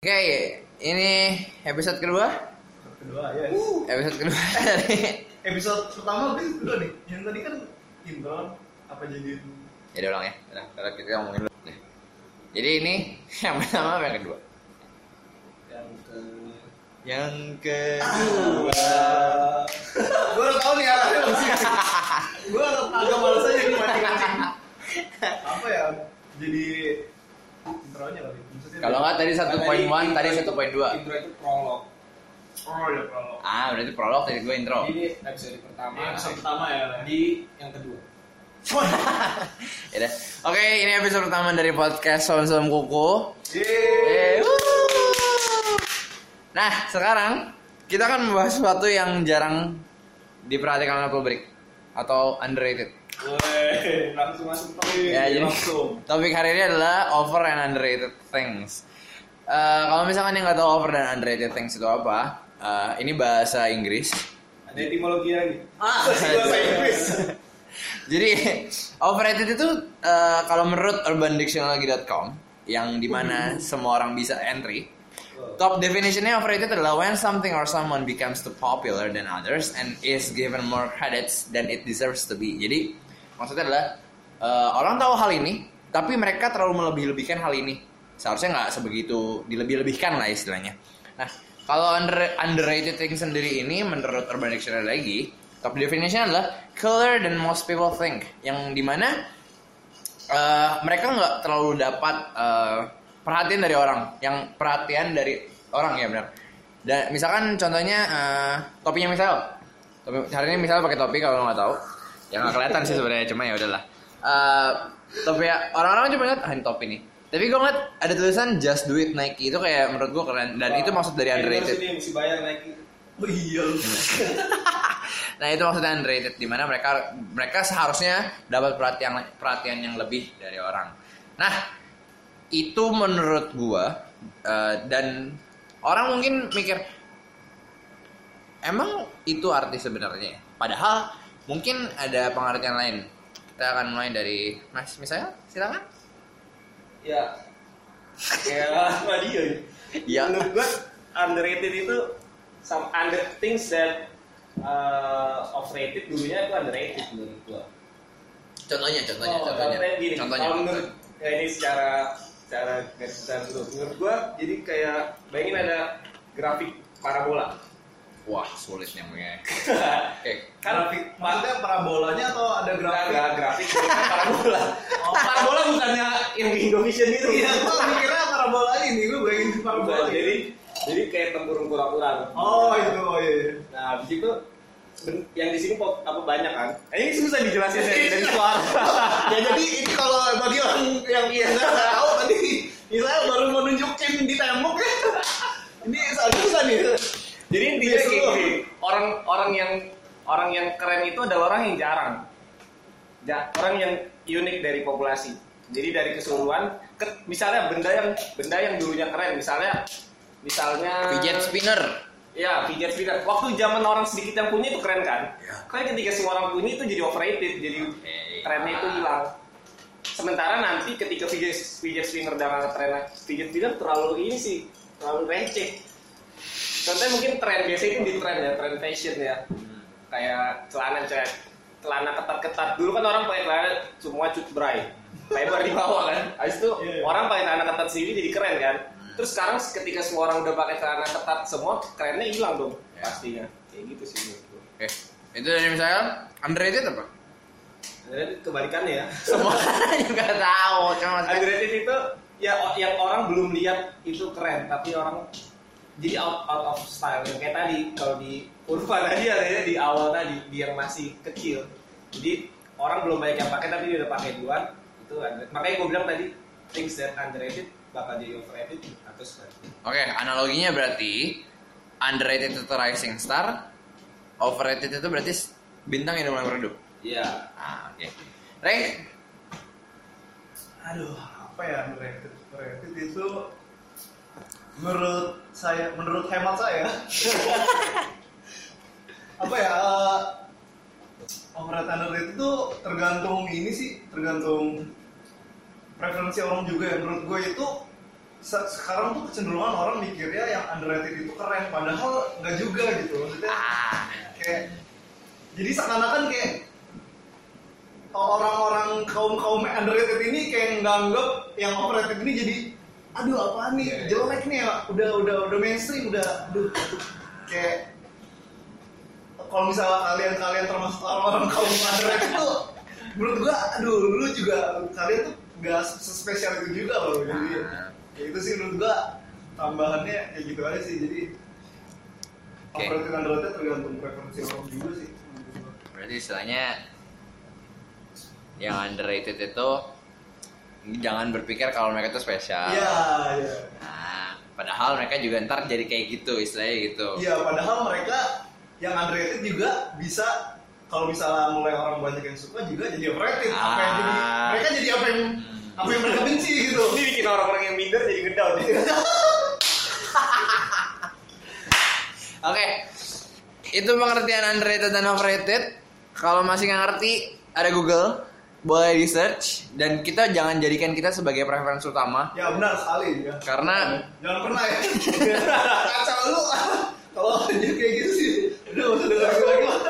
Oke, ini episode kedua. Yes. Episode kedua dari Episode pertama udah kedua nih. Yang tadi kan intro apa jadi? Ya udah ulang ya. Udah, kita ngomongin dulu deh. Jadi ini yang pertama apa yang kedua? Yang kedua. Gue udah tahu nih arahnya masih. Gue agak malas aja nih mancing-mancing. Apa ya? Jadi intronya kali. Maksudnya Kalau nggak tadi 1.1, tadi 1.2. Intro itu prolog. Oh ya prolog. Berarti prolog, tadi gue intro. Ini episode pertama. Episode pertama ya. Di yang kedua. Ya udah. Oke, ini episode pertama dari podcast Som Kuku. Yeay. Nah, sekarang kita akan membahas sesuatu yang jarang diperhatikan oleh publik atau underrated. Woi, langsung masuk topik. Ya, jadi langsung. topik hari ini adalah over and underrated things. Kalau misalkan yang nggak tahu over dan underrated things itu apa, ini bahasa Inggris. Ada etimologi lagi. Bahasa Inggris. Jadi overrated itu kalau menurut UrbanDictionary.com yang dimana semua orang bisa entry. Top definitionnya overrated adalah when something or someone becomes too popular than others and is given more credits than it deserves to be. Jadi maksudnya adalah orang tahu hal ini, tapi mereka terlalu melebih-lebihkan hal ini. Seharusnya nggak sebegitu dilebih-lebihkan lah istilahnya. Nah, kalau underrated thing sendiri ini menurut Urban Dictionary lagi, top definition adalah cooler than most people think. Yang dimana mereka nggak terlalu dapat perhatian dari orang, yang perhatian dari orang ya benar. Dan misalkan contohnya topinya misal, hari ini misal pakai topi kalau nggak tahu, ya nggak kelihatan sih sebenarnya, cuma ya udahlah. Topi ya, orang-orang cuma lihat ini topi nih. Tapi gue ngeliat ada tulisan Just Do It Nike, itu kayak menurut gue keren dan itu maksud dari underrated. Ini mesti bayar Nike. Oh iya. Nah itu maksudnya underrated, dimana mereka seharusnya dapat perhatian yang lebih dari orang. Nah itu menurut gua dan orang mungkin mikir emang itu arti sebenarnya. Padahal mungkin ada pengertian lain. Kita akan mulai dari Mas misalnya, silakan. Ya. Kayak apa dia? Ya. Menurut gua underrated itu some under things that overrated dulunya itu underrated menurut gua. Contohnya. Gini, kalau menurut ini secara garis besar dulu. Menurut gua jadi kayak bayangin ada grafik parabola. Wah sulit nyambungnya. Grafik maksudnya parabolanya atau ada grafik? Ada grafik parabola. Parabola bukannya yang di Indonesia itu. Iya, gua mikirnya parabola ini, gua bayangin parabola. Jadi kayak tempurung kura-kura. Oh itu, oh iya. Nah, habis itu yang di sini apa banyak kan? Ini susah dijelasin dari suara. Ya jadi ini kalau bagi orang yang nggak tahu tadi, misalnya baru mau nunjukin di tembok ya. Ini agak susah nih. Jadi intinya kayak gini, orang yang keren itu adalah orang yang jarang. Orang yang unik dari populasi. Jadi dari keseluruhan, misalnya benda yang dulunya keren, misalnya Fidget spinner. Ya, fidget spinner. Waktu zaman orang sedikit yang punya itu keren kan? Ya. Karena ketika semua orang punya itu jadi overrated, jadi trennya itu hilang. Sementara nanti ketika fidget spinner dan trennya fidget spinner terlalu receh. Contohnya mungkin tren biasa itu di tren ya, tren fashion ya. Kayak celana ketat-ketat. Dulu kan orang pakai celana semua cutbray, lebar di bawah kan. Habis itu orang pakai celana ketat sendiri jadi keren kan. Terus sekarang ketika semua orang udah pakai celana ketat semua, kerennya hilang dong pastinya. Kayak gitu sih menurut gue. Oke. Itu dari misalnya underrated apa? Underrated kebalikannya ya. Semua juga tahu, cuma Underrated itu ya yang orang belum lihat itu keren, tapi orang jadi out of style. Yang kayak tadi kalau di Urban tadi ya di awal tadi, di yang masih kecil. Jadi orang belum banyak yang pakai tapi dia udah pakai duluan. Itu underrated. Makanya gue bilang tadi things that underrated bakal jadi overrated atau sebaliknya. Oke, analoginya berarti underrated itu rising star, overrated itu berarti bintang yang mulai meredup. Iya. Oke. Ray, Aduh, apa ya underrated? Overrated itu menurut hemat saya apa ya overrated underrated itu tergantung preferensi orang juga ya. Menurut gue itu sekarang tuh kecenderungan orang mikirnya yang underrated itu keren, padahal nggak juga gitu. Maksudnya kayak jadi seakan-akan kayak orang-orang kaum underrated ini kayak nganggap yang overrated ini jadi aduh apaan nih, jelek nih ya, udah mainstream, aduh kayak kalau misalnya kalian termasuk orang-orang kaum underrated itu menurut gua aduh lu juga kalian tuh nggak sespesial itu juga loh. Jadi ya itu sih menurut gua tambahannya kayak gitu aja sih. Jadi overrated underrated tergantung preferensi orang juga sih. Berarti istilahnya yang underrated itu jangan berpikir kalau mereka itu spesial. Iya. Nah, padahal mereka juga ntar jadi kayak gitu istilahnya gitu. Iya, padahal mereka yang underrated juga bisa kalau misalnya mulai orang banyak yang suka juga jadi overrated. Apa yang jadi mereka jadi apa yang mereka benci gitu. Ini bikin orang-orang yang minder jadi ngedown. Oke. Itu pengertian underrated dan overrated. Kalau masih nggak ngerti, ada Google, boleh di search, dan kita jangan jadikan kita sebagai preferensi utama. Ya benar sekali ya. Karena jangan pernah ya. Kacau lu. Kalau aja kayak gitu sih. Udah nggak usah dengar lagi lah.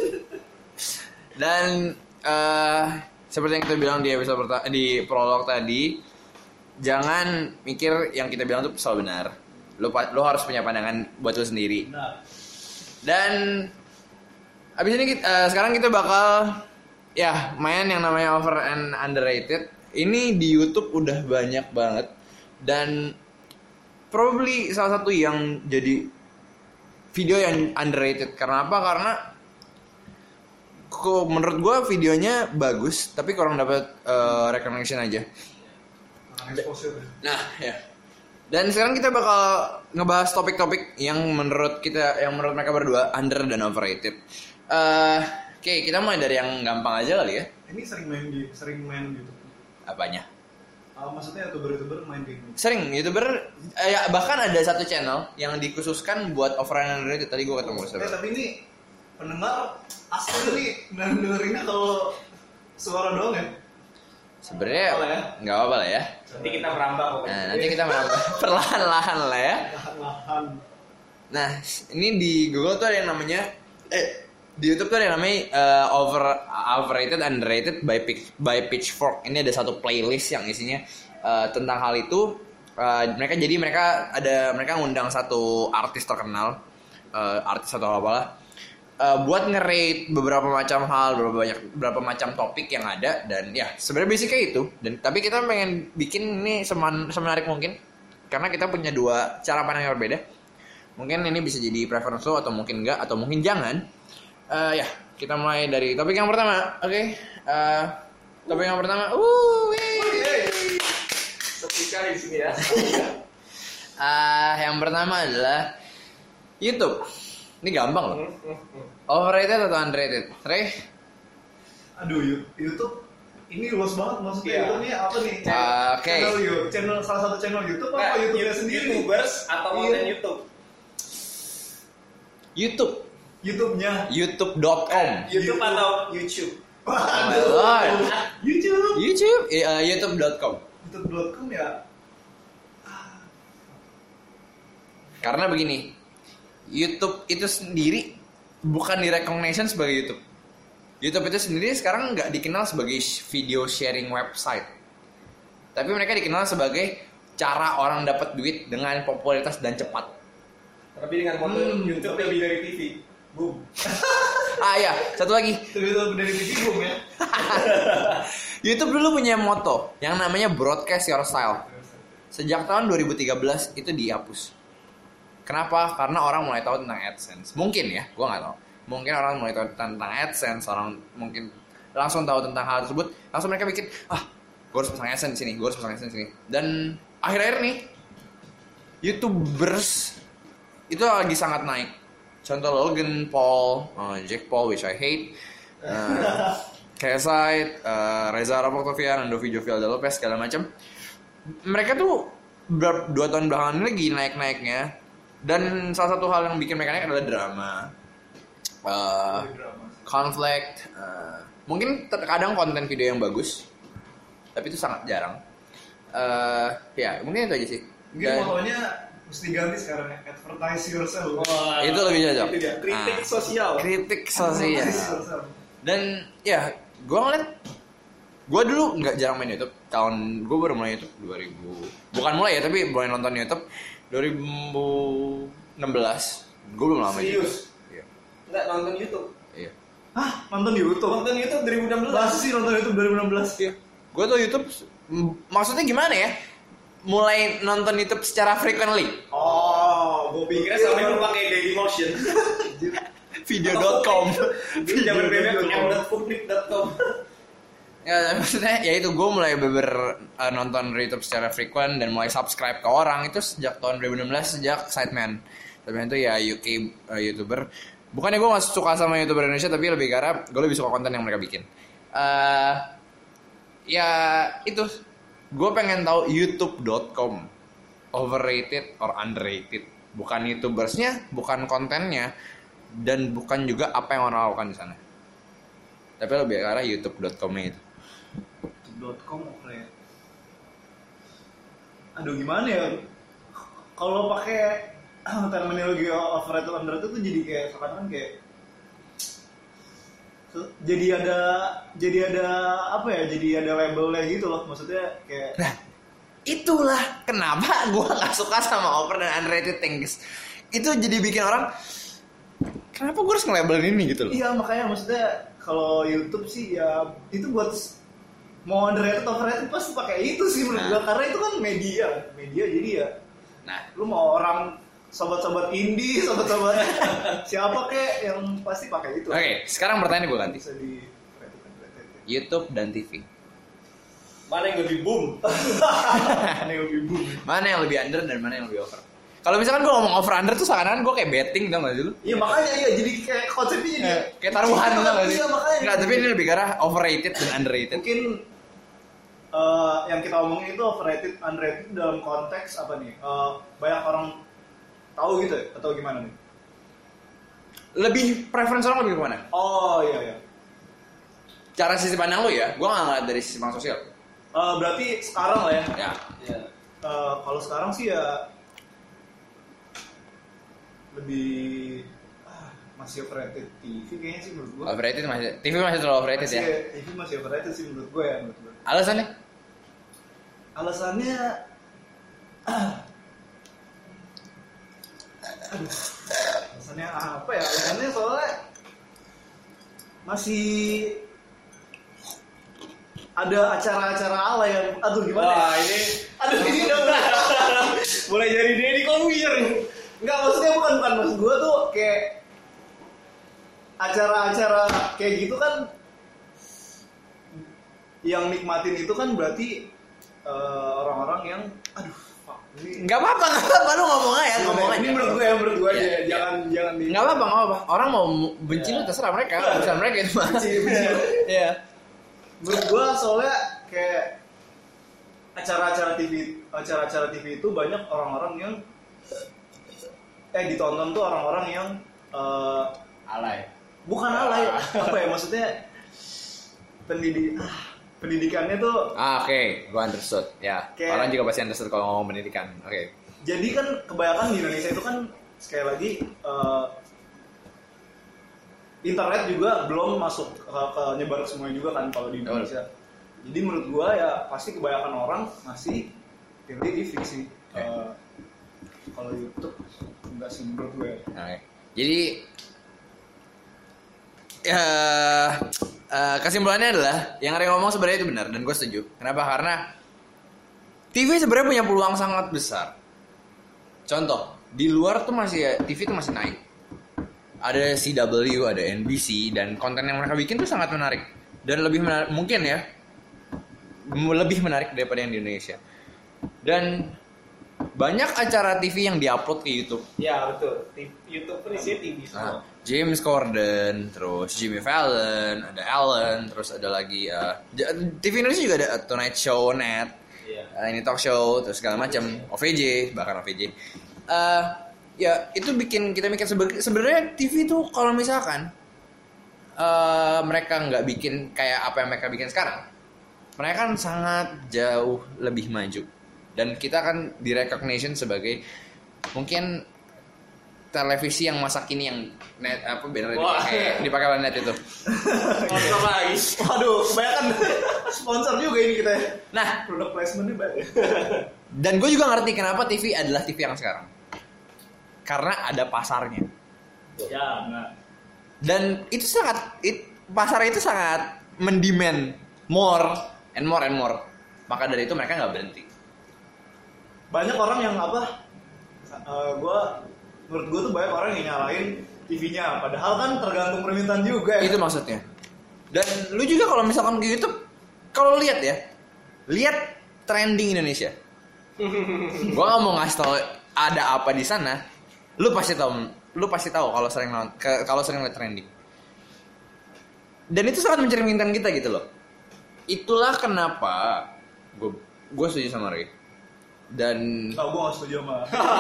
Dan seperti yang kita bilang di episode di prolog tadi, jangan mikir yang kita bilang tuh selalu benar. Lo harus punya pandangan buat lo sendiri. Benar. Dan abis ini sekarang kita bakal ya main yang namanya over and underrated. Ini di YouTube udah banyak banget dan probably salah satu yang jadi video yang underrated. Karena apa? Karena menurut gue videonya bagus tapi kurang dapat recognition aja. Nah ya. Dan sekarang kita bakal ngebahas topik-topik yang menurut mereka berdua under dan overrated. Oke, kita mulai dari yang gampang aja kali ya. Ini sering main gitu. Apanya? Maksudnya youtuber main game. Sering youtuber ya bahkan ada satu channel yang dikhususkan buat over and underrated. Tadi gue ketemu sama. Tapi ini pendengar asli nih dengerinnya kalau suara doang ya. Sebenarnya nggak apa-apa lah ya. Nanti kita merambah kok. Nah, nanti kita merambah perlahan-lahan lah ya. Perlahan. Nah, ini di Google tuh ada yang namanya di YouTube tuh ada yang namanya overrated underrated by Pitchfork. Ini ada satu playlist yang isinya tentang hal itu. Mereka ngundang satu artis terkenal, artis atau apalah, buat nge-rate beberapa macam hal, beberapa macam topik yang ada. Dan ya sebenarnya basicnya itu. Tapi kita pengen bikin ini semenarik mungkin karena kita punya dua cara pandang yang berbeda. Mungkin ini bisa jadi preference lo atau mungkin enggak atau mungkin jangan. Ya kita mulai dari topik yang pertama. Oke. Topik yang pertama. Sepi sekali di sini ya. Yang pertama adalah YouTube. Ini gampang loh. Overrated atau underrated? Ray? Aduh, YouTube ini luas banget maksudnya. Yeah. YouTube ini apa nih? Oke. Channel salah satu channel YouTube apa YouTube-nya sendiri? YouTubers atau konten YouTube? YouTube-nya. YouTube.com. YouTube atau YouTube? Waduh. YouTube. YouTube.com. YouTube.com ya. Karena begini, YouTube itu sendiri bukan di-recognition sebagai YouTube. YouTube itu sendiri sekarang nggak dikenal sebagai video sharing website. Tapi mereka dikenal sebagai cara orang dapat duit dengan popularitas dan cepat. Tapi dengan moto YouTube lebih dari TV. Boom. Ya, satu lagi. Lebih dari TV boom ya. YouTube dulu punya moto yang namanya broadcast your style. Sejak tahun 2013 itu dihapus. Kenapa? Karena orang mulai tahu tentang AdSense. Mungkin ya, gue nggak tahu. Mungkin orang mulai tahu tentang AdSense, orang mungkin langsung tahu tentang hal tersebut. Langsung mereka pikir, gue harus pasang AdSense di sini, Dan akhir-akhir nih, YouTubers itu lagi sangat naik. Contoh Logan Paul, Jake Paul, which I hate, KSI, Reza Ramotovian, Andovi Jovial Lopez, segala macam. Mereka tuh 2 tahun belakangan ini lagi naik-naiknya. Dan salah satu hal yang bikin mereka naik adalah drama, konflik, mungkin terkadang konten video yang bagus, tapi itu sangat jarang. Ya mungkin itu aja sih. Mungkin motonya mesti ganti sekarang ya, advertise yourself. Itu lebih cocok. Itu dia, kritik sosial. Kritik sosial. Advertise yourself. Dan ya, gue ngeliat, gue dulu nggak jarang main YouTube. Gue baru mulai YouTube 2000, bukan mulai ya, tapi mulai nonton YouTube 2016. Gue belum lama juga. Serius? Iya. Nggak nonton YouTube. Iya. Hah? Nonton YouTube? Nonton YouTube 2016. Masa sih nonton YouTube 2016? Iya. Gue tuh YouTube, maksudnya gimana ya? Mulai nonton YouTube secara frequently. Oh, gue Pikirnya sampai lu pakai Dailymotion. Video.com. Dulu zaman BBM m.public.com. Ya maksudnya ya itu gue mulai nonton YouTube secara frequent dan mulai subscribe ke orang itu sejak tahun 2016 sejak Sidemen. Sidemen itu ya UK YouTuber. Bukannya gue gak suka sama YouTuber Indonesia tapi lebih karena gue lebih suka konten yang mereka bikin. Ya itu gue pengen tahu YouTube.com overrated or underrated. Bukan YouTubersnya, bukan kontennya, dan bukan juga apa yang orang lakukan di sana. Tapi lebih ke arah YouTube.com-nya itu. .com ya. Aduh gimana ya? Kalau pakai terminologi overrated underrated tuh jadi kayak sekarang kayak jadi ada apa ya? Jadi ada labelnya gitu loh. Maksudnya kayak Nah, itulah kenapa gue gak suka sama over dan underrated things. Itu jadi bikin orang, kenapa gue harus nge-labelin ini gitu loh. iya makanya maksudnya kalau YouTube sih ya itu buat mau underrated overrated pasti pakai itu sih menurut gua karena itu kan media jadi ya Nah, lu mau orang sobat-sobat indie sobat-sobat siapa kek yang pasti pakai itu. oke, sekarang pertanyaan gue ganti. Bisa di YouTube dan TV. Mana yang lebih boom? aneh lebih boom. Mana yang lebih under dan mana yang lebih over? Kalau misalkan gue ngomong over under tuh seakan-akan gue kayak betting tau gak sih lu? Iya makanya ya jadi kayak konsepnya jadi Kayak taruhan tau gak sih? Iya makanya. Nggak, tapi ini lebih ke arah overrated dan underrated. Mungkin yang kita omongin itu overrated underrated dalam konteks apa nih? Banyak orang tahu gitu ya? Atau gimana nih? Lebih preference orang lebih kemana? Oh iya. Cara sisi pandang lu ya, gue gak ngeliat dari sisi pandang sosial. Berarti sekarang lah ya. Ya, Kalau sekarang sih ya lebih masih overrated TV kayaknya sih menurut gua. overrated masih, TV masih terlalu overrated ya. TV masih overrated sih menurut gua ya menurut gua. Alasannya? Alasannya alasannya apa ya? Alasannya soalnya masih ada acara-acara ala yang aduh gimana Wah, ya? ini dong. mulai dari Deddy Corbuzier. Enggak, maksudnya bukan maksud gue tuh kayak acara-acara kayak gitu kan yang nikmatin itu kan berarti orang-orang yang aduh fuck, ini Gak apa-apa lu ngomong aja, ngomong aja. ini menurut gue Iya, aja iya. jangan di Gak apa-apa. Orang mau benci lu terserah mereka, urusan mereka itu mah. benci. Iya. Menurut gue soalnya kayak acara-acara TV itu banyak orang-orang yang ditonton tuh orang-orang yang Alay. bukan alay apa ya maksudnya pendidikannya tuh Oke, gua understood. Ya, Kayak- orang juga pasti understood kalau ngomong pendidikan. Oke. jadi kan kebanyakan di Indonesia itu kan sekali lagi internet juga belum masuk ke nyebar semuanya juga kan kalau di Indonesia. Jadi menurut gua ya pasti kebanyakan orang masih pilih TV sih. Kalau YouTube enggak sih menurut gue. Oke. Jadi ya kesimpulannya adalah yang Ray ngomong sebenarnya itu benar dan gue setuju. Kenapa? Karena TV sebenarnya punya peluang sangat besar. Contoh, di luar tuh masih TV tuh masih naik. Ada CW, ada NBC dan konten yang mereka bikin tuh sangat menarik dan lebih menarik, mungkin ya lebih menarik daripada yang di Indonesia. Dan banyak acara TV yang diupload ke YouTube. Ya betul. YouTube pun isinya TV semua. James Corden, terus Jimmy Fallon, ada Ellen, terus ada lagi TV Indonesia juga ada Tonight Show, Net, ini talk show, terus segala macam, OVJ, bahkan OVJ. Ya itu bikin kita mikir sebenarnya TV tuh kalau misalkan mereka nggak bikin kayak apa yang mereka bikin sekarang, mereka kan sangat jauh lebih maju. Dan kita kan di recognition sebagai mungkin televisi yang masa kini yang net apa benar dipakai oleh net itu. Sponsor lagi. Waduh, kebanyakan sponsor juga ini kita. Nah, Product placement-nya banyak. dan gue juga ngerti kenapa TV adalah TV yang sekarang. Karena ada pasarnya. Ya, benar. Dan itu pasar itu sangat mendemand more and more and more. Maka dari itu mereka nggak berhenti. Banyak orang yang menurut gue tuh banyak orang yang nyalain TV-nya, padahal kan tergantung permintaan juga ya. Itu maksudnya. Dan lu juga kalau misalkan di YouTube, kalau lihat trending Indonesia. Gua nggak mau ngasih tau ada apa di sana. Lu pasti tahu kalau sering lihat trending. Dan itu sangat mencerminkan kita gitu loh. Itulah kenapa gue setuju sama Ray. Dan gue gak setuju sama.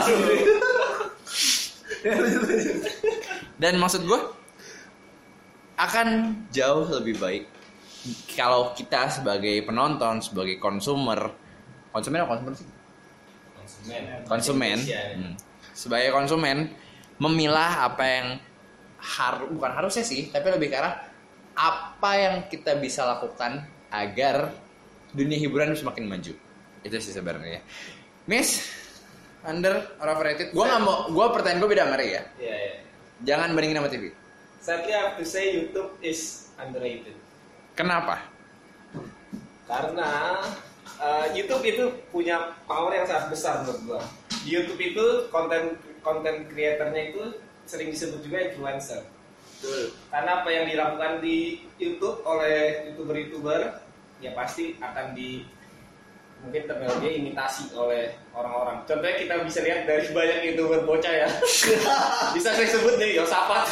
Dan maksud gue akan jauh lebih baik kalau kita sebagai penonton, sebagai konsumen sih? Konsumen. Sebagai konsumen memilah apa yang bukan harusnya sih, tapi lebih ke arah apa yang kita bisa lakukan agar dunia hiburan semakin maju. Itu sih sebenarnya. Miss, under or overrated? Gue pertanyaan gue beda sama Ray ya. Iya. Jangan bandingin sama TV. Sadly, I have to say YouTube is underrated. Kenapa? Karena YouTube itu punya power yang sangat besar menurut gua. Di YouTube itu konten kreatornya itu sering disebut juga influencer. Karena apa yang dilakukan di YouTube oleh youtuber ya pasti akan mungkin terminologi imitasi oleh orang-orang. Contohnya kita bisa lihat dari banyak youtuber bocah ya. Bisa saya sebut nih Yosafat.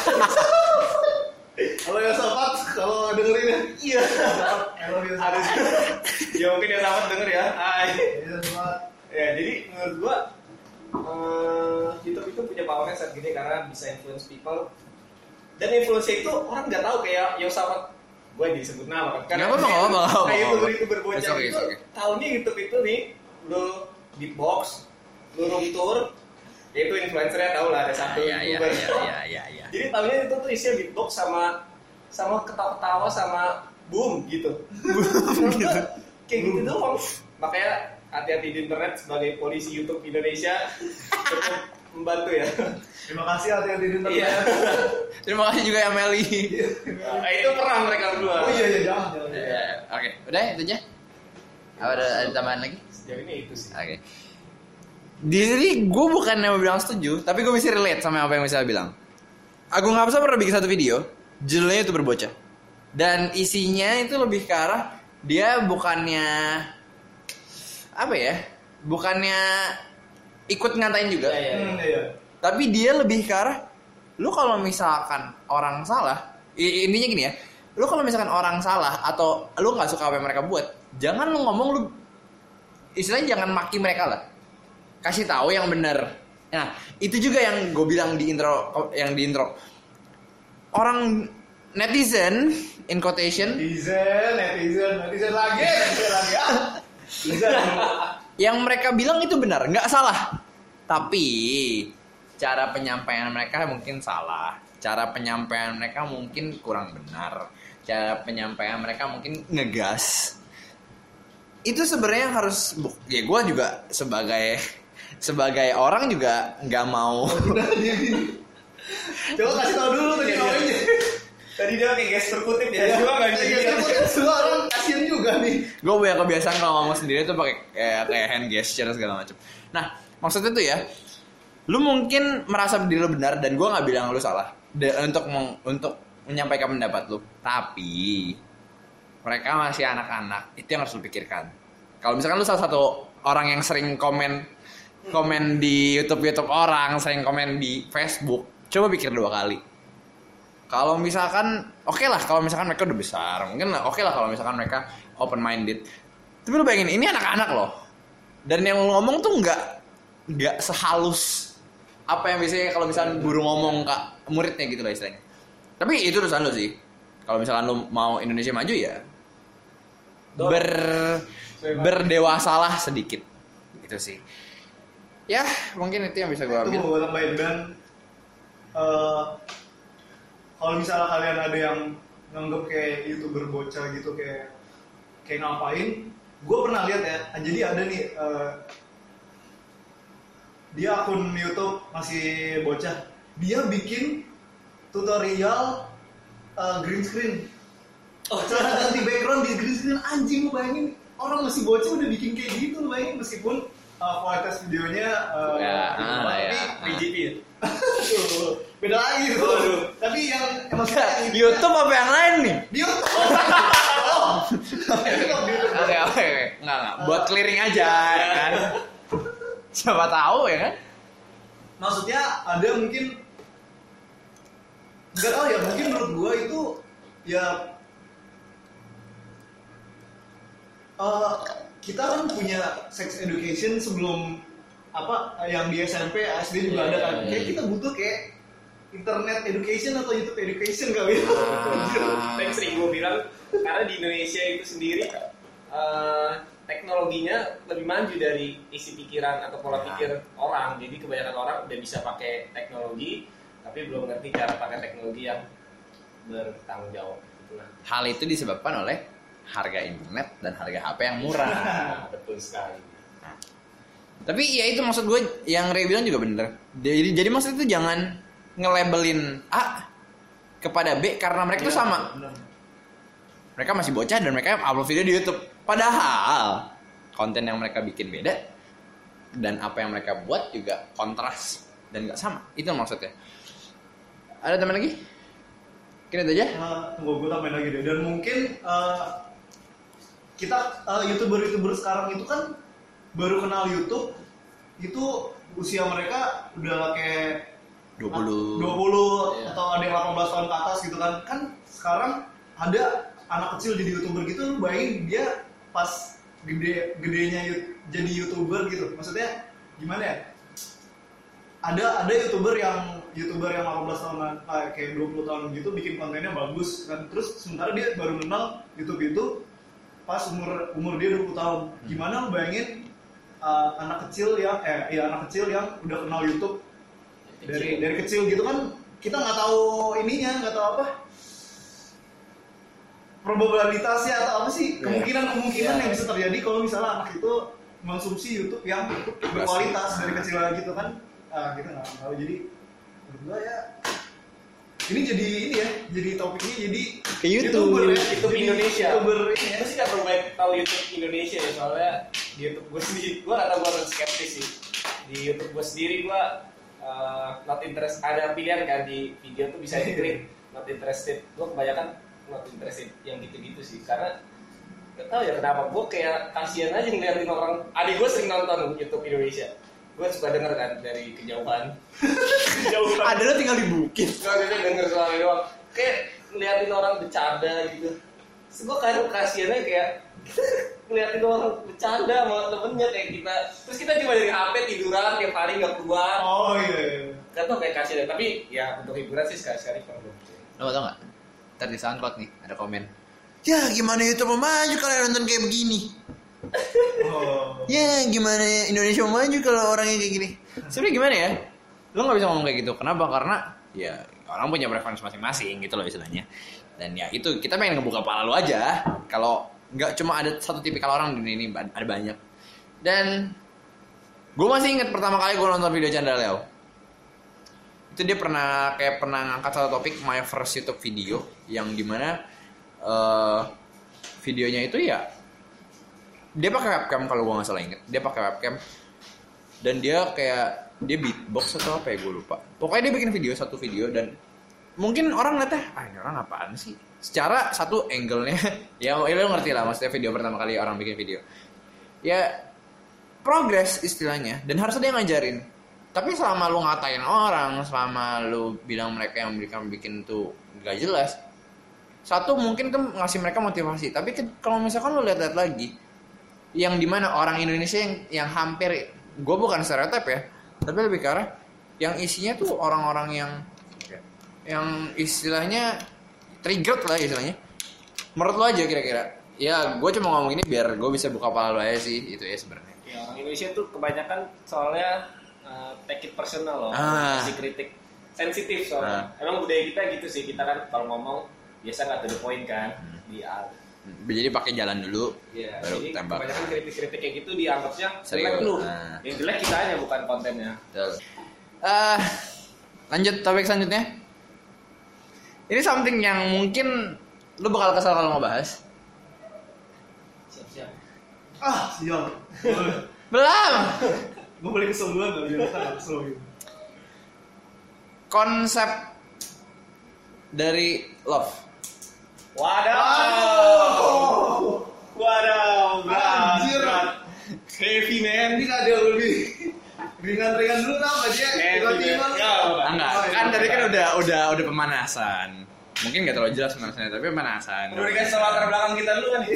Halo Yosafat, kalau dengerin ya. Iya. Ada ya mungkin Yosafat denger ya. Hai. Ya jadi menurut gua YouTube itu punya powernya sangat gede karena bisa influence people. Dan influence itu orang nggak tahu kayak Yosafat. Gue disebut nama kan. Karena youtuber bocah itu tahunnya YouTube itu nih lu beatbox, lu room tour, itu influencernya tau lah ada satu youtuber. Iya. Jadi tahunnya itu tuh isinya beatbox sama ketawa-ketawa sama boom gitu. Kayak gitu doang. Makanya hati-hati di internet sebagai polisi YouTube Indonesia cukup membantu ya. Terima kasih hati-hati di internet. Iya. Terima kasih juga ya Meli. Itu perang mereka berdua. Oh iya jangan. Oke, udah itu aja. Ada tambahan lagi? Sejauh ini itu sih. Oke. Di sini gue bukan yang bilang setuju, tapi gue bisa relate sama apa yang misalnya bilang. Agung Hapsa pernah bikin satu video, judulnya itu berbocah. Dan isinya itu lebih ke arah dia bukannya apa ya? Bukannya ikut ngatain juga. Iya. Tapi dia lebih ke arah lu kalau misalkan orang salah, intinya gini ya. Lu kalau misalkan orang salah atau lu enggak suka apa yang mereka buat, jangan lu ngomong lu istilahnya jangan maki mereka lah. Kasih tahu yang benar. Nah, itu juga yang gue bilang di intro Orang netizen in quotation netizen lagi. Yang mereka bilang itu benar, nggak salah. Tapi cara penyampaian mereka mungkin salah. Cara penyampaian mereka mungkin kurang benar. Cara penyampaian mereka mungkin ngegas. Itu sebenarnya harus ya gue juga sebagai orang juga nggak mau. Coba kasih tau dulu tadi namanya. Tadi dia pakai gestur kutip ya. Cuma enggak bisa. Semua orang kasihan juga nih. Gue punya kebiasaan kalau ngomong sendiri tuh pakai kayak hand gesture segala macam. Nah, maksudnya tuh ya, lu mungkin merasa diri lu benar dan gue nggak bilang lu salah untuk menyampaikan pendapat lu. Tapi mereka masih anak-anak, itu yang harus lu pikirkan. Kalau misalkan lu salah satu orang yang sering komen di YouTube orang, sering komen di Facebook, coba pikir 2 kali. Kalau misalkan oke lah kalau misalkan mereka udah besar, mungkin oke lah kalau misalkan mereka open minded. Tapi lu bayangin ini anak-anak loh. Dan yang lu ngomong tuh nggak sehalus apa yang biasanya kalau misalkan guru ngomong ke muridnya gitu lah istilahnya. Tapi itu urusan lu sih. Kalau misalkan lu mau Indonesia maju ya berdewasalah sedikit. Itu sih. Ya, mungkin itu yang bisa gue Itu ambil. gue tambahin. Dan kalau misalnya kalian ada yang nganggep kayak YouTuber bocah gitu, kayak ngapain, gue pernah lihat ya. Jadi ada nih dia akun YouTube masih bocah, dia bikin tutorial green screen. Cara ganti background di green screen. Anjing, lu bayangin orang masih bocah udah bikin kayak gitu, lu bayangin, meskipun kualitas videonya tapi BGP ya. beda lagi tuh. Tapi yang maksudnya YouTube apa yang lain nih? di YouTube. Oke. Enggak. Buat clearing aja, ya kan? Siapa tahu ya kan? Maksudnya ada mungkin nggak tahu ya, mungkin menurut gua itu ya kita kan punya sex education sebelum yang di SMP, SD juga ada kan. Kayak kita butuh kayak internet education atau YouTube education kali. Yang sering gue bilang, karena di Indonesia itu sendiri teknologinya lebih maju dari isi pikiran atau pola pikir orang. Jadi kebanyakan orang udah bisa pakai teknologi, tapi belum ngerti cara pakai teknologi yang bertanggung jawab. Itulah. Hal itu disebabkan oleh harga internet dan harga HP yang murah. Betul sekali. Tapi ya itu maksud gue, yang Ray bilang juga bener. Jadi maksud itu jangan nge-labelin A kepada B karena mereka tuh sama. Mereka masih bocah dan mereka upload video di YouTube. Padahal konten yang mereka bikin beda dan apa yang mereka buat juga kontras dan nggak sama. Itu maksudnya. Ada teman lagi? Kira itu aja. Tunggu, gue tambahin lagi deh. Dan mungkin kita YouTuber sekarang itu kan baru kenal YouTube itu usia mereka udah kayak 20 atau ada yang 18 tahun ke atas gitu kan. Kan sekarang ada anak kecil jadi YouTuber gitu, lu bayangin dia pas gedenya jadi YouTuber gitu. Maksudnya gimana ya? Ada YouTuber yang 18 tahun kayak 20 tahun gitu bikin kontennya bagus kan. Terus sementara dia baru kenal YouTube itu pas umur dia 20 tahun. Gimana lu bayangin anak kecil yang udah kenal YouTube dari kecil gitu kan, kita nggak tahu ininya, nggak tahu apa probabilitasnya atau apa sih kemungkinan yang bisa terjadi kalau misalnya anak itu mengonsumsi YouTube yang berkualitas dari kecil gitu kan. Kita nggak tahu. Jadi menurut gua ya ini jadi topiknya jadi ke YouTube. YouTube Indonesia. YouTuber ini ya. Gue sih gak perlu banyak tahu YouTube Indonesia ya, soalnya di YouTube gue sendiri, gue gak tau, gue harus skeptis sih. Di YouTube gue sendiri gue not interested, ada pilihan kan di video tuh bisa diklik not interested. Gue kebanyakan not interested yang gitu-gitu sih, karena gak tau ya kenapa, gue kayak kasihan aja ngeliatin orang. Adik gue sering nonton YouTube Indonesia, gue suka denger kan dari kejauhan. Ada lo tinggal di bukit. Gak bisa denger suara doang, kayak ngeliatin orang bercanda gitu. Terus gue kadang kasihannya kayak ngeliatin orang bercanda sama temennya kayak kita. Terus kita cuma dari HP tiduran tiap hari gak keluar. Oh iya. Gak tau kayak kasihan, tapi ya untuk hiburan sih sekali-sekali perlu. Lo tau gak? Ntar di SoundCloud nih ada komen. Ya gimana YouTube mau maju kalau nonton kayak begini? Ya gimana Indonesia mau maju kalau orangnya kayak gini? Sebenernya gimana ya? Lo gak bisa ngomong kayak gitu. Kenapa? Karena ya orang punya preferensi masing-masing gitu loh istilahnya. Dan ya itu kita pengen ngebuka kepala lo aja. Kalau nggak cuma ada satu tipikal orang di dunia ini, ada banyak. Dan gue masih inget pertama kali gue nonton video Chandra Leo. Itu dia pernah ngangkat satu topik my first YouTube video yang dimana videonya itu ya dia pakai webcam kalau gue nggak salah inget. Dia pakai webcam dan dia beatbox atau apa ya gue lupa. Pokoknya dia bikin satu video dan mungkin orang ngeliatnya, ini orang apaan sih? Secara satu angle-nya, ya lo ngerti lah, maksudnya video pertama kali orang bikin video. Ya progress istilahnya, dan harusnya dia ngajarin. Tapi selama lu ngatain orang, selama lu bilang mereka yang bikin tuh gak jelas, satu mungkin tuh ngasih mereka motivasi. Tapi kalau misalkan lu lihat-lihat lagi, yang dimana orang Indonesia yang hampir, gue bukan stereotip ya, tapi lebih ke arah yang isinya tuh orang-orang yang istilahnya triggered lah istilahnya. Menurut lo aja kira-kira? Ya gue cuma ngomong ini biar gue bisa buka kepala lo aja sih, itu ya sebenarnya. Ya, orang Indonesia tuh kebanyakan soalnya take it personal loh, kasih kritik sensitif soalnya. Emang budaya kita gitu sih, kita kan kalau ngomong biasa nggak to the point kan, Jadi pakai jalan dulu, ya, baru jadi tembak. kebanyakan kritik-kritik kayak gitu dianggapnya Serius. jelek lu. Nah. Yang jelek kitanya bukan kontennya. Betul. Lanjut topik selanjutnya. Ini something yang mungkin lu bakal kesal kalau ngebahas. Siap-siap. Sial. Belum. Gue boleh kesel duluan gak? Biasa gak kesel gitu. Konsep dari love. Waduh, Anjir. berat. Heavy man. Ini gak ada lebih ringan-ringan dulu apa dia? Tiba-tiba. Enggak, kan tadi kan udah pemanasan. Mungkin nggak terlalu jelas pemanasannya, tapi pemanasan. Udah dikasih latar belakang kita dulu kan.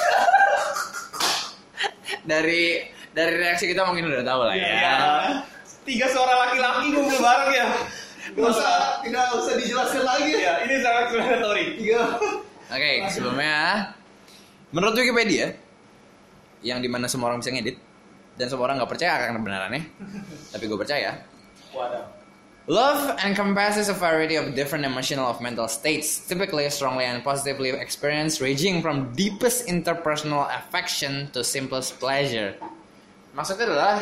Dari reaksi kita mungkin udah tahu lah ya. 3 suara laki-laki ngumpul bareng ya. Tidak usah dijelaskan lagi. Ya, ini sangat explanatory. Oke, sebelumnya menurut Wikipedia yang dimana semua orang bisa ngedit dan semua orang nggak percaya akan kebenarannya, tapi gue percaya. Waduh. Love encompasses a variety of different emotional of mental states, typically strongly and positively experienced, ranging from deepest interpersonal affection to simplest pleasure. Maksudnya adalah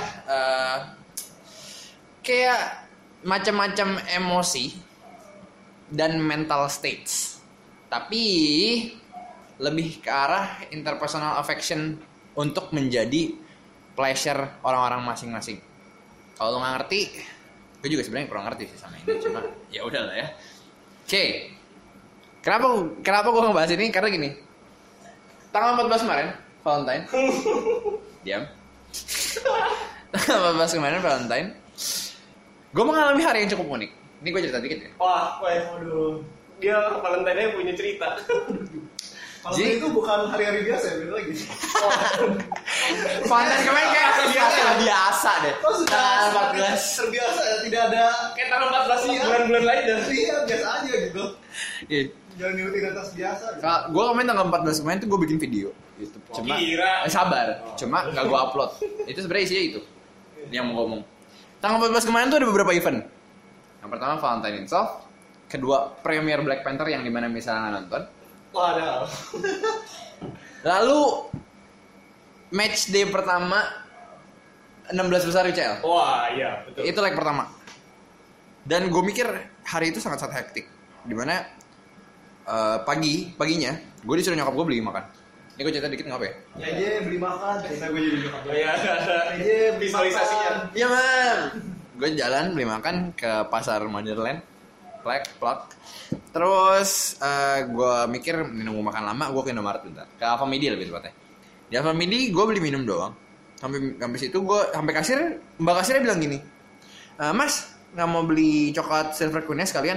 kayak macam-macam emosi dan mental states, tapi lebih ke arah interpersonal affection untuk menjadi pleasure orang-orang masing-masing. Kalau lo nggak ngerti, gue juga sebenarnya kurang ngerti sih sama ini, cuma ya udah lah ya. Oke. Kenapa gue ngebahas ini? Karena gini. Tanggal 14 kemarin, Valentine. Diam. Tanggal 14 kemarin Valentine. Gue mengalami hari yang cukup unik. Ini gue cerita dikit ya. Wah, waduh. Dia Valentine punya cerita. Kalau itu bukan hari-hari biasa ya, beda lagi. Valentine kemarin kayak biasa deh. Oh, sudah Tanggal 14. terbiasa ya, tidak ada Kayak tanggal 14 bulan-bulan lain dah. Iya, biasa aja gitu. Iya. Jangan rutinitas biasa. Gitu. Gue kemarin tanggal 14 kemarin tuh gue bikin video YouTube. Cuma sabar, cuma nggak gue upload. Itu sebenarnya isinya itu yang mau ngomong. Tanggal 14 kemarin tuh ada beberapa event. Yang pertama Valentine itself, kedua premiere Black Panther yang dimana misalnya nonton. Waduh. Lalu match day pertama 16 besar UCL. Wah, iya, betul. Itu leg pertama. Dan gue mikir hari itu sangat-sangat hektik. Dimana paginya gue disuruh nyokap gue beli makan. Ini gue cerita dikit nggak apa ya? Ya aja beli makan. Bisa gue jadi nyokap. Iya, ada Aja visualisasinya. Iya mam. Gue jalan beli makan ke pasar Motherland. Plak. Terus gue mikir nunggu makan lama, gue ke Indomaret bentar. Ke Alfamidi lebih tepatnya. Di Alfamidi gue beli minum doang. Sampai situ gue sampai mbak kasirnya bilang gini, Mas nggak mau beli coklat Silver Queen sekalian?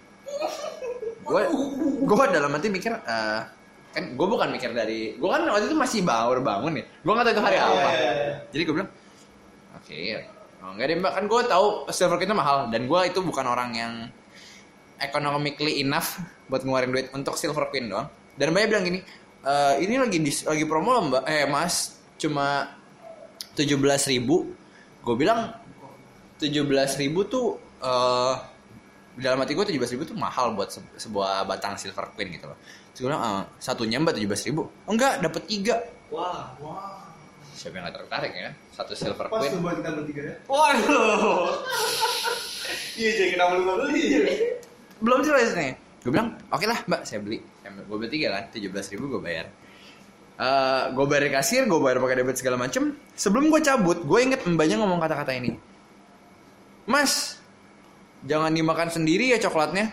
Gue dalam hati mikir, kan gue bukan mikir dari, gue kan waktu itu masih baru bangun ya, gue nggak tahu itu hari apa. Jadi gue bilang, oke, enggak deh mbak, kan gue tahu Silver Queen itu mahal dan gue itu bukan orang yang economically enough buat ngeluarin duit untuk Silver Queen doang. Dan mbaknya bilang gini, ini lagi promo loh mbak, mas cuma 17.000. Gue bilang 17.000 tuh dalam hati gue 17.000 tuh mahal buat sebuah batang Silver Queen gitu loh. Terus gue bilang satunya mbak 17.000. Enggak, dapat 3. Wah. Siapa yang gak tertarik ya? Satu Silver Pas Queen. tuh buat kita bertiga ya. Waduh. Iya, jadi kenapa lu nggak beli? Belum jelas nih. Gue bilang, oke lah mbak, saya beli. Gue beli 3 kan, 17.000 gue bayar. Gue bayar kasir, gue bayar pakai debit segala macem. Sebelum gue cabut, gue inget mbaknya ngomong kata-kata ini. Mas, jangan dimakan sendiri ya coklatnya.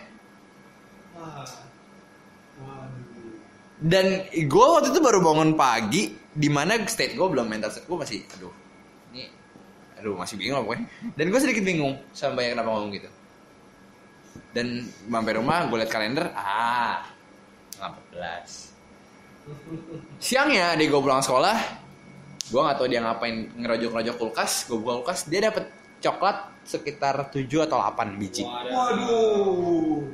Dan gue waktu itu baru bangun pagi, dimana state gue belum mental state gue masih, masih bingung lah pokoknya. Dan gue sedikit bingung sama mbaknya kenapa ngomong gitu. Dan sampai rumah gue liat kalender, 14. Siangnya adik gue pulang sekolah, gue nggak tahu dia ngapain ngerojok kulkas. Gue buka kulkas, dia dapet coklat sekitar 7 atau 8 biji. Waduh.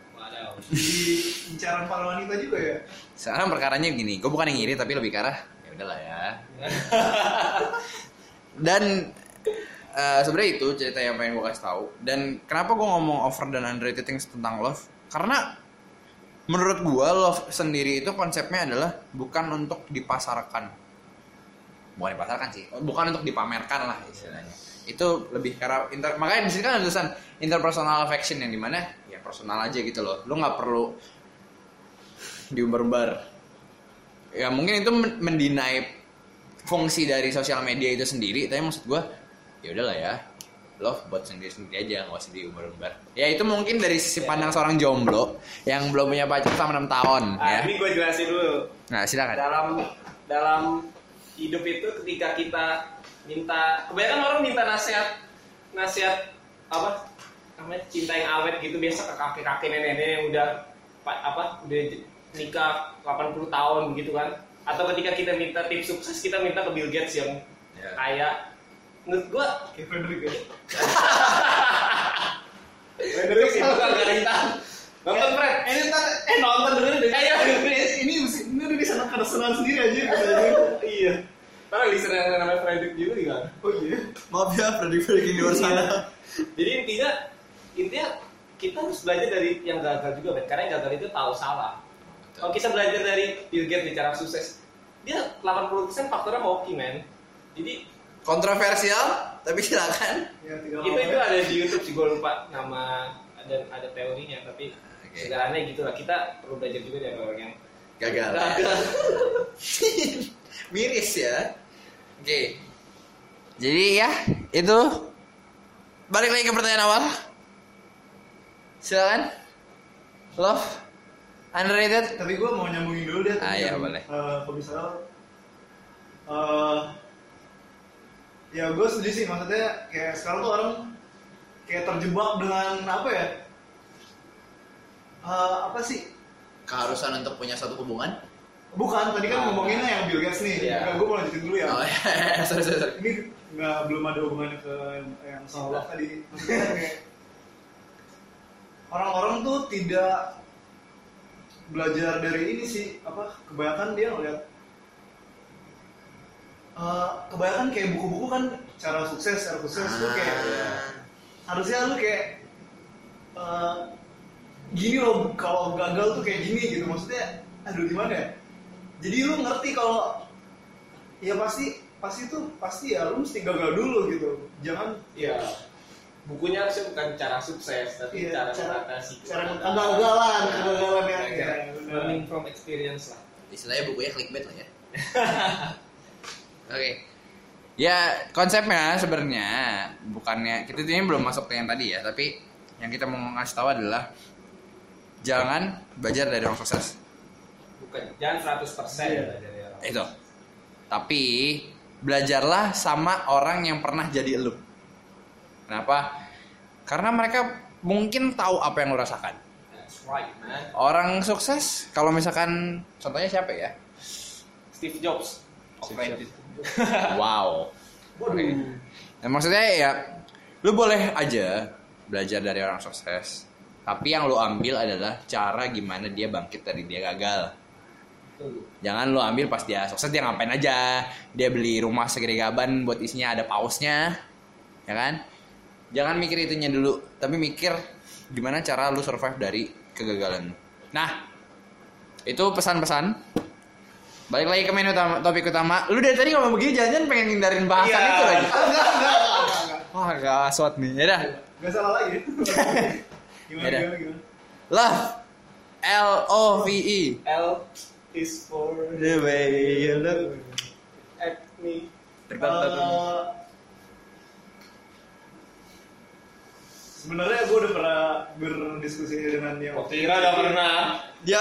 Di incaran para wanita juga ya. Sekarang perkaranya gini, gue bukan yang iri tapi lebih ke arah ya udahlah ya. Dan sebenarnya itu cerita yang pengen gue kasih tahu. Dan kenapa gue ngomong over dan underrated things tentang love? Karena menurut gue love sendiri itu konsepnya adalah bukan untuk dipasarkan. Bukan dipasarkan sih, bukan untuk dipamerkan lah istilahnya. Itu lebih karena makanya di sini kan ada tulisan interpersonal affection yang dimana ya personal aja gitu loh. Lu nggak perlu diumbar-umbar. Ya mungkin itu mendinai fungsi dari sosial media itu sendiri, tapi maksud gue ya udahlah ya, love buat sendiri-sendiri aja, nggak usah diumbar-umbar. Ya itu mungkin dari sisi pandang seorang jomblo yang belum punya pacar selama 6 tahun. Ya. Ini gue jelasin dulu. Nah silakan. Dalam hidup itu ketika kita minta, kebanyakan orang minta nasihat apa namanya, cinta yang awet gitu, biasa ke kakek-kakek nenek-nenek yang udah nikah 80 tahun gitu kan. Atau ketika kita minta tips sukses, kita minta ke Bill Gates yang kayak, menurut gua Kayak Frederick ya. Frederick itu kan gak ada hitam. Nonton Fred. Ini ntar nonton dulu deh. Ini udah di sana karena senang sendiri aja. Iya. Padahal listener yang namanya Frederick juga kan. Oh iya. Maaf ya Frederick di luar sana. Jadi intinya kita harus belajar dari yang gagal juga, Ben. Karena yang gagal itu tahu salah. Kalau kita belajar dari Bill Gates bicara sukses, dia 80% faktornya hoki, men. Jadi Kontroversial, tapi silakan. Ya, itu ada di YouTube sih, gue lupa nama, ada teorinya, tapi segalanya gitulah. Kita perlu belajar juga dari orang yang Gagal. Miris ya. Oke. Jadi ya itu balik lagi ke pertanyaan awal. Silakan. Love underrated. Tapi gue mau nyambungin dulu deh. Iya boleh. Kalau misalnya ya gue setuju sih, maksudnya kayak sekarang tuh orang kayak terjebak dengan apa ya? Apa sih? Keharusan untuk punya satu hubungan? Bukan, tadi kan ngomonginnya yang Bill Gates nih. Iya. Gue mau lanjutin dulu ya. Oh iya, sorry. Ini belum ada hubungannya ke yang soal love tadi. Maksudnya kayak orang-orang tuh tidak belajar dari ini sih, apa, kebanyakan dia ngeliat kebanyakan kayak buku-buku kan cara sukses tuh kayak harusnya lu kayak gini loh, kalau gagal tuh kayak gini gitu, maksudnya aduh gimana ya, jadi lu ngerti kalau ya pasti ya lu mesti gagal dulu gitu, jangan ya bukunya harusnya bukan cara sukses, tapi iya, cara mengatasi kegagalan ya. Learning from experience lah. Istilahnya bukunya clickbait lah ya. Oke. Ya konsepnya sebenarnya bukannya kita ini belum masuk ke yang tadi ya, tapi yang kita mau ngasih tahu adalah jangan belajar dari orang sukses. Bukan, jangan 100% belajar dari orang. Itu. Tapi belajarlah sama orang yang pernah jadi elu. Kenapa? Karena mereka mungkin tahu apa yang lo rasakan. That's right, man. Orang sukses, kalau misalkan contohnya siapa ya? Steve Jobs. Steve Wow. Waduh. Nah, maksudnya ya, lu boleh aja belajar dari orang sukses, tapi yang lu ambil adalah cara gimana dia bangkit dari dia gagal. Jangan lu ambil pas dia sukses dia ngapain aja, dia beli rumah segede gaban buat isinya ada pausnya, ya kan? Jangan mikir itunya dulu, tapi mikir gimana cara lu survive dari kegagalan. Nah, itu pesan-pesan. Balik lagi ke menu topik utama. Lu dari tadi ngomong begini jangan pengen ngindarin bahasan itu lagi. Enggak. Wah, gak aswat nih. Yaudah. Gak salah lagi. Yaudah. Gimana? Love. L-O-V-E. L is for The way you look at me. Sebenarnya gue udah pernah berdiskusi dengan yang Kira udah pernah. Ya.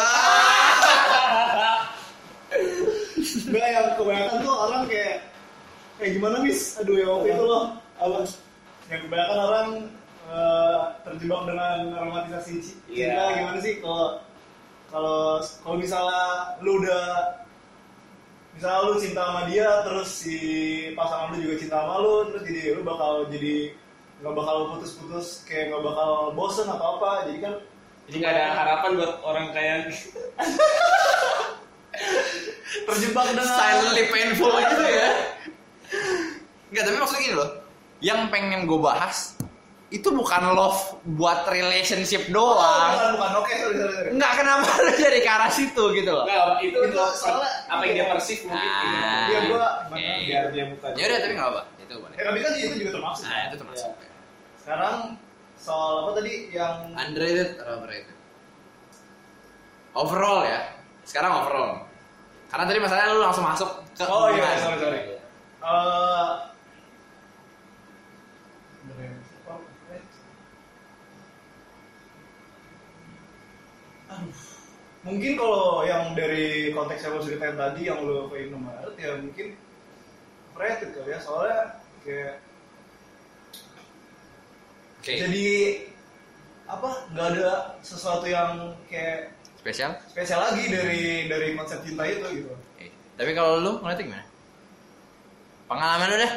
Enggak, yang kebanyakan tuh orang kayak gimana mis? Aduh ya waktu itu loh apa? Yang kebanyakan orang terjebak dengan romantisasi cinta. Yeah. Gimana sih kalau misalnya lu cinta sama dia, terus si pasangan lu juga cinta sama lu, terus jadi lu nggak bakal putus-putus, kayak nggak bakal bosen atau apa, jadi kan Jadi nggak ada harapan buat orang kayak terjebak dengan Silently painful gitu ya. Enggak, tapi maksudnya gini loh. Yang pengen gue bahas itu bukan love buat relationship doang. Bukan. Oke, sorry. Enggak, kenapa lu jadi ke arah situ gitu loh. Nggak, itu soalnya apa yang dia persif mungkin gitu. Iya, gua Biar dia bukan. Ya udah, tapi enggak apa. Itu boleh. tapi kan itu juga termasuk. Nah, itu termasuk. Sekarang soal apa tadi yang Underrated atau overrated? Overall ya. Sekarang overall. Karena tadi masalahnya lu langsung masuk ke Oh iya, hubungan. sorry. Mungkin kalau yang dari konteks yang lo ceritain tadi yang lo ke Indomaret ya mungkin overrated kali ya, soalnya kayak jadi apa, nggak ada sesuatu yang kayak spesial lagi dari konsep cinta itu gitu. Tapi kalau lu ngeliatnya gimana? Pengalaman lu deh.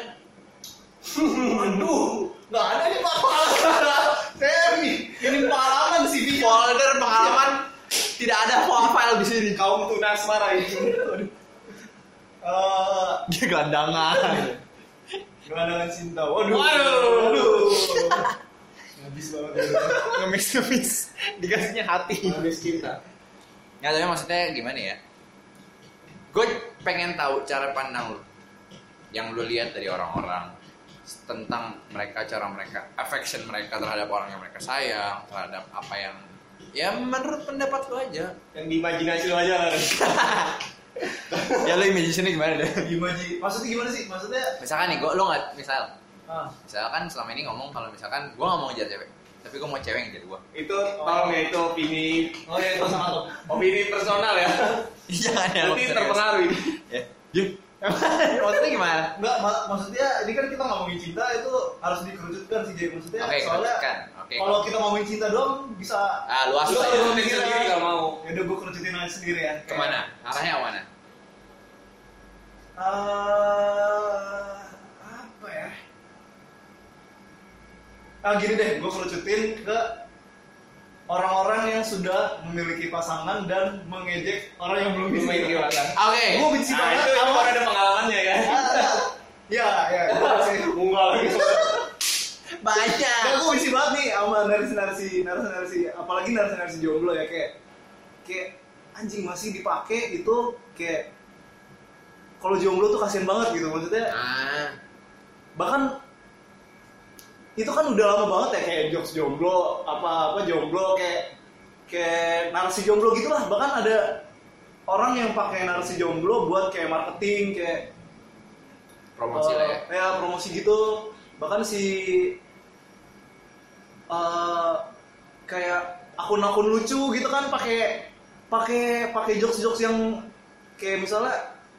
Aduh, nggak ada nih Pak pengalaman. Saya ini pengalaman sih. Folder pengalaman tidak ada file di sini. Kaum tunas marah itu. Dia gelandangan. Gelandangan cinta. Waduh. Habis banget. Ngemis. Dikasihnya hati. Habis cinta. Ya, tapi maksudnya gimana ya? Gue pengen tahu cara pandang lu yang lu lihat dari orang-orang tentang mereka, cara mereka, affection mereka terhadap orang yang mereka sayang, terhadap apa yang ya menurut pendapat lu aja. Yang diimajinasi lu aja lah. Ya lu imajinasinya gimana deh? Maksudnya gimana sih? Maksudnya Misalkan nih, gue lu nggak misalkan selama ini ngomong kalau misalkan gue nggak mau ngejar cewek, tapi gue mau cewek yang jadi gue. Itu tolong ya, itu opini. Oh ya, itu sama lo. Opini personal ya. Jangan ya. Nanti terpengaruh ini. Ya. Maksudnya gimana? Enggak, maksudnya ini kan kita ngomongin cinta itu harus dikerucutkan sih, Jay. Maksudnya Oke, soalnya kerucutkan. Oke. kalau kita ngomongin cinta doang bisa Luas Lu lah ya. Lu mikir sendiri kalau mau. Ya udah gue kerucutin aja sendiri ya. Kemana? Arahnya kemana? Apa ya? Gini deh, gue kerucutin ke orang-orang yang sudah memiliki pasangan dan mengejek orang yang belum bisa Memiliki pasangan. Oke. Gue benci Nah, banget itu sama ada pengalamannya kan. ya, gue sih. Munggah lagi. Banyak. Gue benci banget nih sama narasi, apalagi narasi jomblo ya, kayak anjing masih dipakai itu, kayak kalau jomblo tuh kasian banget gitu, maksudnya. Bahkan itu kan udah lama banget ya, kayak jokes jomblo, apa jomblo, kayak narasi jomblo gitulah. Bahkan ada orang yang pakai narasi jomblo buat kayak marketing, kayak Promosi lah ya. Ya promosi gitu. Bahkan si kayak akun-akun lucu gitu kan pakai jokes yang kayak misalnya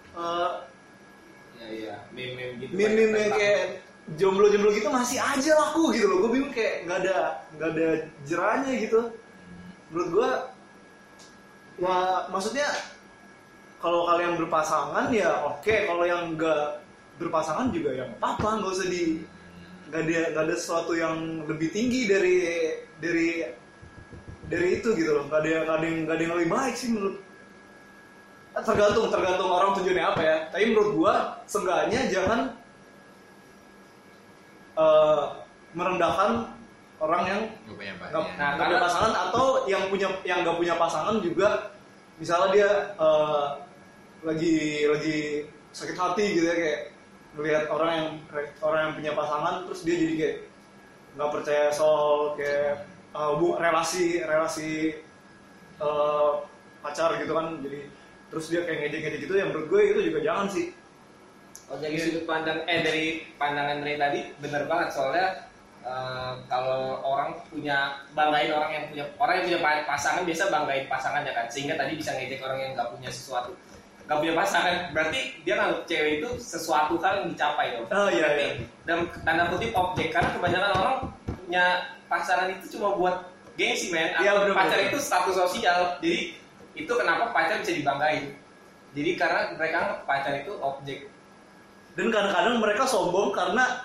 meme gitu. meme yang kayak jomblo gitu masih aja laku gitu loh. Gue bingung, kayak nggak ada jerahnya gitu. Menurut gue ya, maksudnya kalau kalian berpasangan ya oke, kalau yang nggak berpasangan juga ya apa, nggak usah nggak ada sesuatu yang lebih tinggi dari itu gitu loh. Nggak ada yang lebih baik sih menurut. Tergantung orang tujuannya apa ya. Tapi menurut gua seenggaknya jangan merendahkan orang yang nggak punya pasangan, atau yang nggak punya pasangan juga. Misalnya dia lagi sakit hati gitu ya, kayak melihat orang yang punya pasangan, terus dia jadi kayak nggak percaya soal kayak relasi pacar gitu kan. Jadi terus dia kayak ngejek gitu, yang menurut gue itu juga jangan sih. Dari sudut pandang dari pandangan Ray tadi benar banget, soalnya kalau orang banggain orang yang punya pasangan, biasa banggain pasangannya kan, sehingga tadi bisa ngejek orang yang nggak punya sesuatu, nggak punya pasangan. Berarti dia nganggap cewek itu sesuatu hal yang dicapai dong. Berarti dalam tanda kutip objek, karena kebanyakan orang punya pasangan itu cuma buat gengsi men, atau pacar itu status sosial. Jadi itu kenapa pacar bisa dibanggain. Jadi karena mereka anggap pacar itu objek. Dan kadang-kadang mereka sombong karena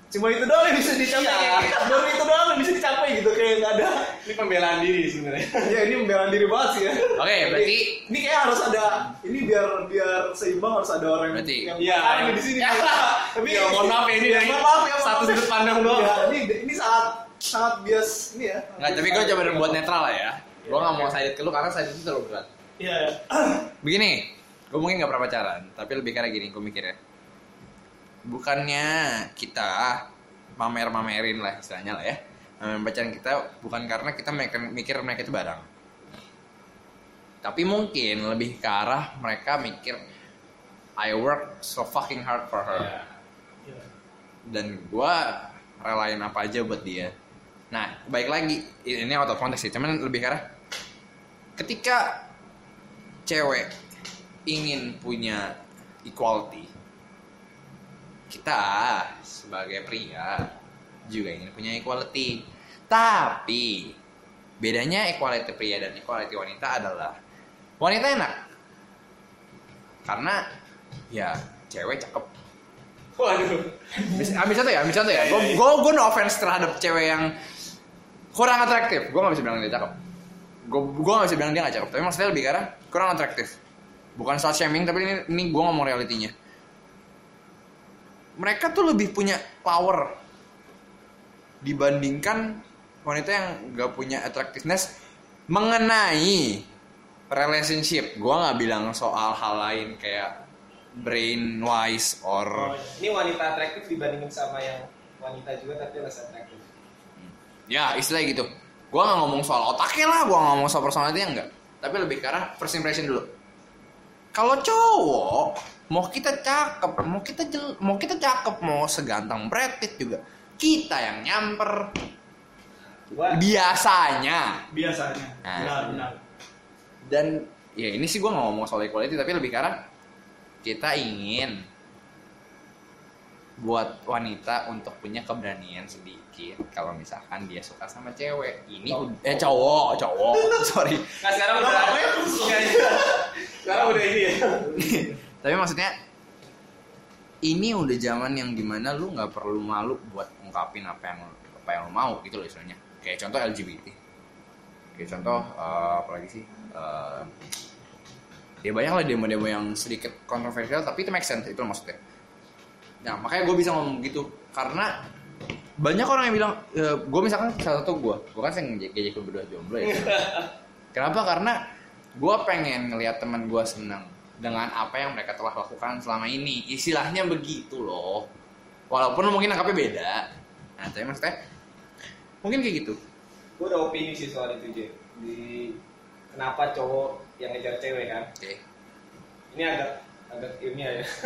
Cuma itu doang yang bisa dicapai. Iya. Baru itu doang yang bisa dicapai gitu, kayak nggak ada. Ini pembelaan diri sebenarnya. Ya ini membela diri banget sih ya. Oke, berarti Ini kayak harus ada, ini biar seimbang harus ada orang Berarti, yang iya. ada di sini. Tapi Ya, mohon maaf ya, ini ya, dari mohon maaf ya, satu sudut pandang doang. Ya, ini sangat bias ini ya. nggak, tapi gue coba buat netral lah ya. Gue nggak mau sided ke lu karena sided itu terlalu berat. Iya. Begini, gue mungkin nggak pernah pacaran, tapi lebih kayak gini, gue mikirnya. Bukannya kita mamerin lah istilahnya lah ya. Pacaran kita bukan karena kita mikir mereka itu barang. Tapi mungkin lebih ke arah mereka mikir I work so fucking hard for her. Iya. Dan gue relain apa aja buat dia. Nah, baik lagi, ini out of context sih, cuman lebih ke arah ketika cewek ingin punya equality, kita sebagai pria juga ingin punya equality. Tapi bedanya equality pria dan equality wanita adalah wanita enak karena ya cewek cakep. Waduh. Ambil contoh ya. Gue no offense terhadap cewek yang kurang atraktif. Gue nggak bisa bilang dia cakep. Gue nggak bisa bilang dia nggak cakep. Tapi maksudnya lebih karena kurang atraktif. Bukan slut shaming, tapi ini gue ngomong realitinya. Mereka tuh lebih punya power dibandingkan wanita yang nggak punya attractiveness mengenai relationship. Gue nggak bilang soal hal lain kayak brain wise or Ini wanita atraktif dibandingin sama yang wanita juga tapi less atraktif. ya istilahnya gitu. Gue nggak ngomong soal otaknya lah, gue nggak ngomong soal personality enggak. Tapi lebih ke arah first impression dulu. Kalau cowok mau kita cakep, mau kita cakep, mau seganteng Brad Pitt juga, kita yang nyamper. Biasanya. Benar. Dan ya ini sih gue nggak ngomong soal equality, tapi lebih ke arah kita ingin buat wanita untuk punya keberanian sedikit kalau misalkan dia suka sama cewek. Ini cowok sorry. Nah sekarang udah sekarang udah ini ya. Tapi maksudnya ini udah zaman yang dimana lu nggak perlu malu buat ungkapin apa yang lu mau gitu loh istilahnya. Kayak contoh LGBT. Kayak contoh apalagi sih? Ya banyak lah demo-demo yang sedikit kontroversial tapi itu make sense, itu maksudnya. Nah makanya gue bisa ngomong gitu karena banyak orang yang bilang gue misalkan salah satu gue kan sering ngejek lu berdua jomblo ya. Kenapa? Karena gue pengen ngelihat teman gue senang dengan apa yang mereka telah lakukan selama ini, istilahnya begitu loh. Walaupun mungkin angkapnya beda. Nah tapi maksudnya mungkin kayak gitu. Gue udah opini sih soal itu J. Di kenapa cowok yang ngejar cewek kan? Oke. Ini agak ilmiah ya.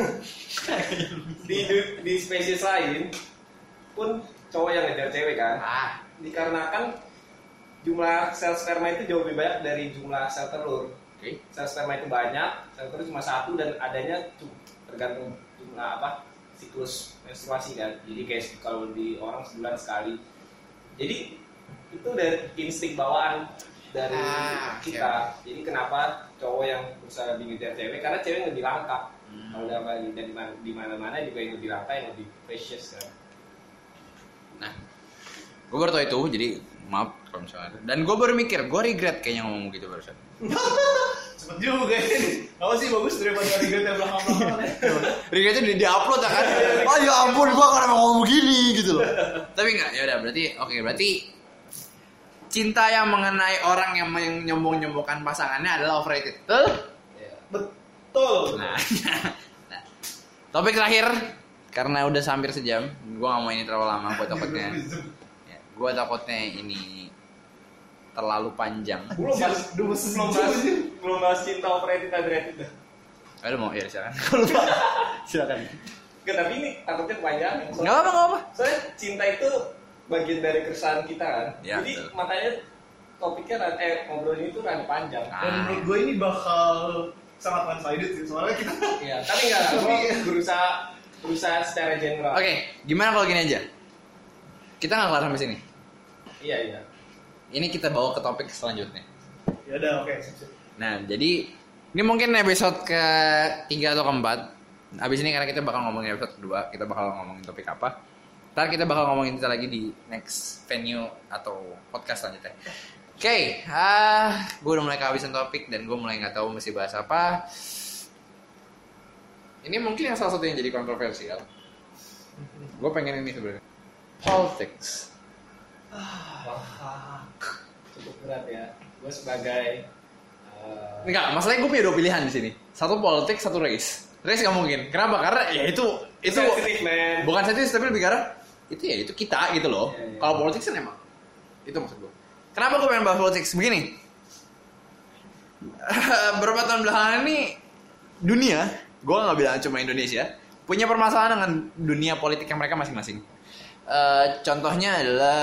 di spesies lain pun cowok yang ngejar cewek kan? Dikarenakan jumlah sel sperma itu jauh lebih banyak dari jumlah sel telur. Oke. Sel sperma itu banyak, sel telur cuma satu dan adanya tergantung jumlah siklus menstruasi kan. Jadi kayak kalau di orang sebulan sekali. Jadi itu udah insting bawaan dari kita. Okay. Jadi kenapa cowok yang berusaha lebih ngejar cewek? Karena cewek lebih langka. Kalau dan di mana-mana juga yang lebih langka, yang lebih precious kan. Nah, gue baru tau itu, jadi maaf kalau misalnya. Dan gue baru mikir, gue regret kayaknya ngomong gitu barusan. Cepet juga ini. Apa sih bagus daripada regret yang belakang-belakang. Regretnya udah di-upload ya kan? Oh ya ampun, gue karena ngomong begini gitu loh. Tapi enggak, ya udah berarti cinta yang mengenai orang yang menyombong-nyombongkan pasangannya adalah overrated. Betul? Ya. Betul. Nah, topik terakhir karena udah hampir sejam, gue nggak mau ini terlalu lama, gue takutnya ini terlalu panjang. Belum bahas cinta overrated underrated. Aduh mau ya silakan. Silakan. Nggak, tapi ini takutnya panjang. Nggak apa. Soalnya cinta itu bagian dari keresahan kita kan. Ya, jadi betul. makanya topiknya ngobrol ini tuh rada panjang. Dan menurut gue ini bakal sangat one-sided sih, soalnya kita. Iya, tapi nggak. Gue berusaha secara general. Oke, gimana kalau gini aja? Kita nggak kelar sampai sini. Iya. Ini kita bawa ke topik selanjutnya. Ya udah, oke. Nah, jadi ini mungkin episode ke-3 atau ke-4. Abis ini karena kita bakal ngomongin episode kedua, kita bakal ngomongin topik apa. Ntar kita bakal ngomongin itu lagi di next venue atau podcast selanjutnya. Oke, gue udah mulai kehabisan topik dan gue mulai nggak tahu mesti bahas apa. Ini mungkin yang salah satu yang jadi kontroversial. Gue pengen ini sebenarnya. Politics. Cukup berat ya. Gue sebagai Enggak, masalahnya gue punya 2 pilihan di sini. Satu politik, satu race. Race nggak mungkin. Kenapa? Karena ya itu sensitif, man. bukan sensitif tapi lebih karena itu kita gitu loh. Iya. Kalau politik kan emang itu maksud gue. Kenapa gue pengen bahas politik? Begini. Beberapa tahun belakangan ini dunia, gue nggak bilang cuma Indonesia, punya permasalahan dengan dunia politik yang mereka masing-masing. Contohnya adalah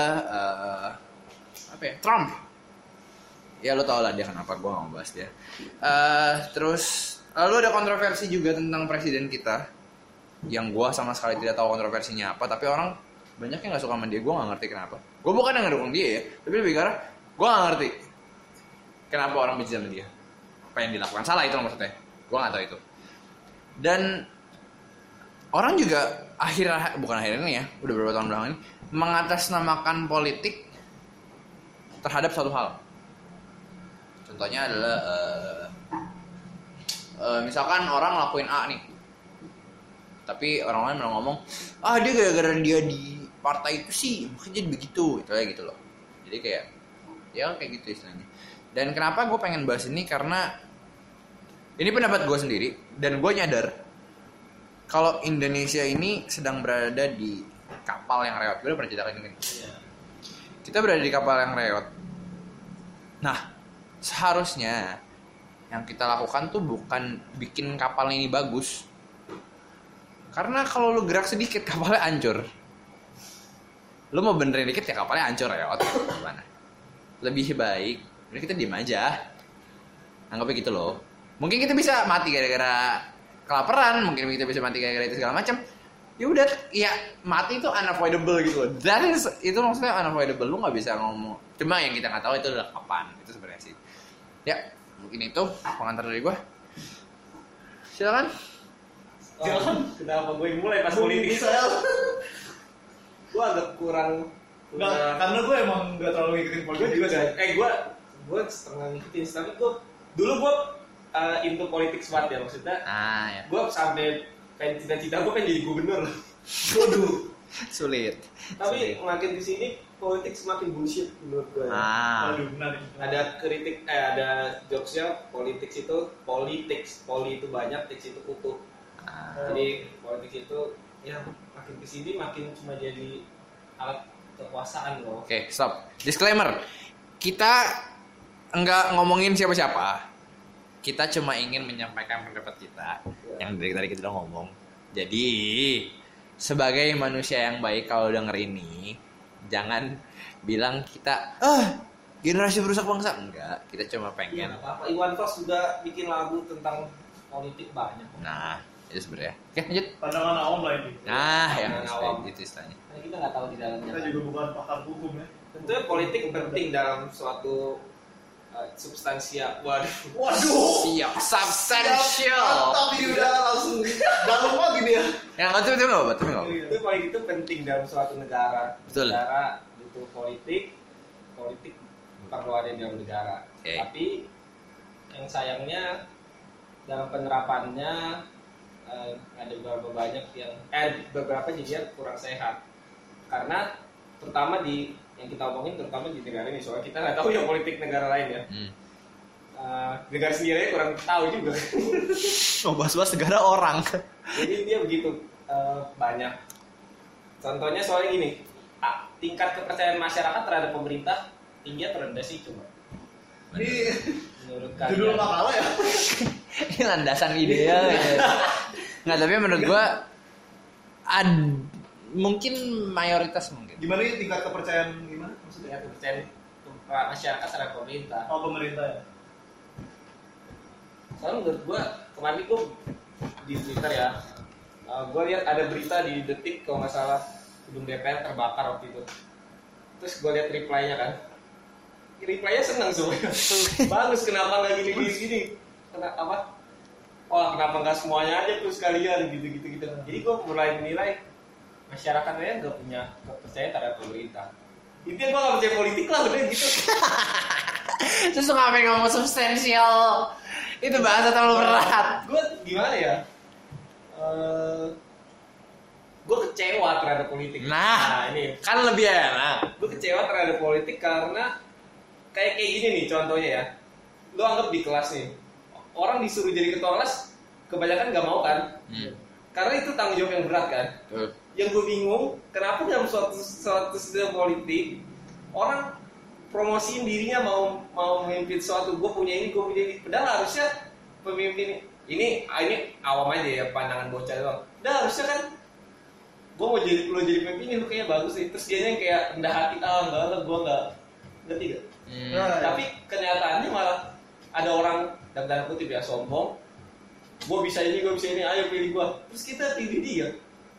Trump. Ya lo tau lah dia kenapa, gue gak mau bahas dia. Terus lalu ada kontroversi juga tentang presiden kita, yang gue sama sekali tidak tahu kontroversinya apa, tapi orang banyak yang gak suka sama dia. Gue gak ngerti kenapa. Gue bukan yang ngedukung dia ya, tapi lebih karena gue gak ngerti kenapa orang benci sama dia, apa yang dilakukan salah itu maksudnya. Gue gak tahu itu. Dan orang juga bukan akhir ini ya, udah beberapa tahun belakangan ini mengatasnamakan politik terhadap satu hal. Contohnya adalah misalkan orang ngelakuin A nih, tapi orang lain malah ngomong, dia gara-gara dia di partai itu sih makanya jadi begitu, itu aja gitu loh. Jadi kayak ya kayak gitu istilahnya. Dan kenapa gue pengen bahas ini, karena ini pendapat gue sendiri dan gue nyadar kalau Indonesia ini sedang berada di kapal yang reot. Gue udah pernah ceritakan ini. Kita berada di kapal yang reot. Nah, seharusnya yang kita lakukan tuh bukan bikin kapal ini bagus. Karena kalau lu gerak sedikit kapalnya hancur. Lu mau benerin dikit ya kapalnya hancur ya. Gimana? Lebih baik udah kita diem aja. Anggapnya gitu loh. Mungkin kita bisa mati gara-gara kelaparan, mungkin kita bisa mati gara-gara itu segala macam. Ya udah, ya mati itu unavoidable gitu loh. Itu maksudnya unavoidable. Lu nggak bisa ngomong. Cuma yang kita nggak tahu itu adalah kapan. Itu sebenarnya sih. Ya, mungkin itu pengantar dari gue. Silakan. Kenapa gue yang mulai pas politik? Gue agak kurang. Karena gue emang gak terlalu ngikutin politik juga sih. Gue setengah ngikutin. Tapi dulu gue into politik smart ya, maksudnya. Ya. Gue sampai kayak cita-cita gue kan jadi gubernur. Waduh, sulit. Tapi makin di sini politik semakin bullshit menurut gue. Aduh, benar. Ada kritik, ada jokesnya politik itu poli itu banyak, teks itu utuh. Jadi politik itu ya makin kesini makin cuma jadi alat kekuasaan loh. Oke, stop. Disclaimer. Kita enggak ngomongin siapa-siapa. Kita cuma ingin menyampaikan pendapat kita yang dari tadi kita udah ngomong. Jadi sebagai manusia yang baik kalau denger ini, jangan bilang kita generasi perusak bangsa. Enggak, kita cuma pengen. Apa Iwan Fals juga bikin lagu tentang politik banyak. Nah, itu sebenarnya. Oke, lanjut. Pandangan awam lah ini. Nah, yang awam. itu istilahnya. Nah, kita nggak tahu di dalamnya. Kita juga bukan pakar hukum ya. Tentunya politik penting dalam suatu substansia. Waduh. Siap, substantial. Tapi udah langsung dalam lagi dia. Yang itu enggak apa-apa, tapi enggak apa-apa. Itu politik itu penting dalam suatu negara. Betul. Negara butuh politik perlu ada di dalam negara. Okay. Tapi yang sayangnya dalam penerapannya ada beberapa banyak yang beberapa jadinya kurang sehat. Karena terutama yang kita omongin terutama di negara ini, soalnya kita nggak tahu yang politik negara lain ya. Negara sendiri kurang tahu juga. Bahas-bahas negara orang. Jadi dia begitu banyak. Contohnya soalnya gini, tingkat kepercayaan masyarakat terhadap pemerintah tinggi atau rendah sih coba? Ini Menurut judul kalian? makalah ya. Ini landasan ideal gitu. Nggak, tapi menurut gua mungkin mayoritas mungkin. Gimana ya tingkat kepercayaan gimana maksudnya? Tingkat kepercayaan masyarakat terhadap pemerintah. Oh, pemerintah ya. Soalnya menurut gua kemarin gua di Twitter ya, gua lihat ada berita di Detik kalau nggak salah gedung DPR terbakar waktu itu. Terus gua lihat reply-nya kan. Reply-nya seneng semuanya. Bagus, kenapa nggak gini. Kenapa? Oh, kenapa nggak semuanya aja tuh sekalian gitu. Jadi gue mulai menilai masyarakatnya nggak punya kepercayaan terhadap pemerintah. Intinya gue nggak percaya politik lah udah gitu. Terus lu ngapain ngomong substansial? Itu bahasa terlalu berat. Gue gimana ya? Gue kecewa terhadap politik. Nah, ini kan lebih enak. gue kecewa terhadap politik karena kayak gini nih contohnya ya. Lu anggap di kelas nih, orang disuruh jadi ketua kelas, kebanyakan nggak mau kan? Karena itu tanggung jawab yang berat kan. Yang gue bingung, kenapa dalam suatu sistem politik orang promosiin dirinya mau memimpin suatu, gue punya ini. Padahal harusnya pemimpin ini awam aja ya, pandangan bocah doang. Udah harusnya kan, gue mau jadi pemimpin, lu kayaknya bagus sih. Terus dia yang kayak rendah hati, enggak lah, gue nggak ngerti gak? Tapi kenyataannya malah ada orang dalam tanda kutip ya sombong. Gue bisa ini, ayo pilih gue. Terus kita pilih dia.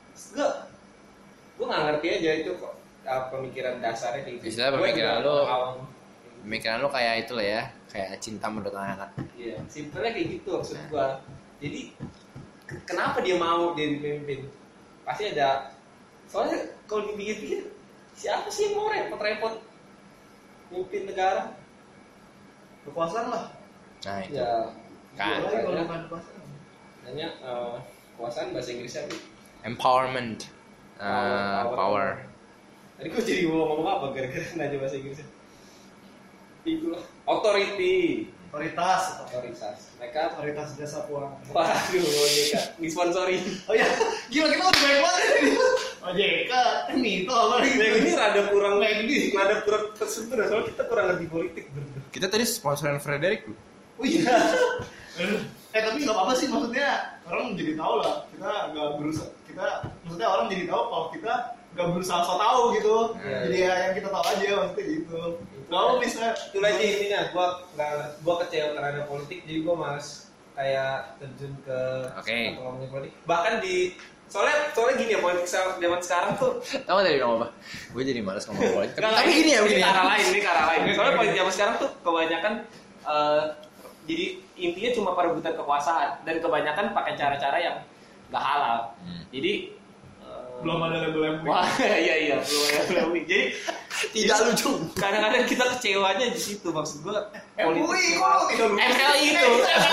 Gue nggak ngerti aja itu kok pemikiran dasarnya kayak gitu. Bisa pemikiran lu kayak itu lah ya, kayak cinta menurut anak-anak. Iya, simpelnya kayak gitu maksud gue. Jadi kenapa dia mau jadi pemimpin? Pasti ada. Soalnya kalau dipikir-pikir, siapa sih yang mau repot-repot mimpin negara? Kekuasaan lah. Nah itu Ya, kan Lagi kalau bukan kekuasaan. hanya kekuasaan bahasa Inggrisnya apa? empowerment, power. Tadi gue jadi ngomong apa gara-gara nanya bahasa Inggrisnya? Itulah authority. Otoritas. Mereka Otoritas jasa keuangan. waduh, OJK disponsori. Oh ya, gila kita udah banyak banget ini. OJK, ini itu apa lagi? Nah, ini rada kurang Magdi. tersentuh, soalnya kita kurang ngerti politik. Kita tadi sponsorin Frederick. Oh iya. Tapi nggak apa-apa sih, maksudnya orang jadi tahu lah. Kita nggak berusaha. Maksudnya orang jadi tahu kalau kita nggak berusaha so tahu gitu. Jadi ya yang kita tahu aja maksudnya gitu. Kalau bisa Itu aja intinya, gua kecewa terhadap politik, jadi gua malas kayak terjun ke ngomongin politik. Bahkan soalnya gini ya, politik zaman sekarang tuh Tahu tadi ngomong apa? Gue jadi malas ngomong politik. Enggak, Tapi gini ya, ini begini. ke arah lain. Soalnya politik zaman sekarang tuh kebanyakan jadi intinya cuma perebutan kekuasaan dan kebanyakan pakai cara-cara yang nggak halal. Jadi belum ada label-label. wah iya belum ada label. Jadi Tidak lucu. kadang-kadang kita kecewanya di situ, maksud gua MUI kok tidak lucu. MLI itu.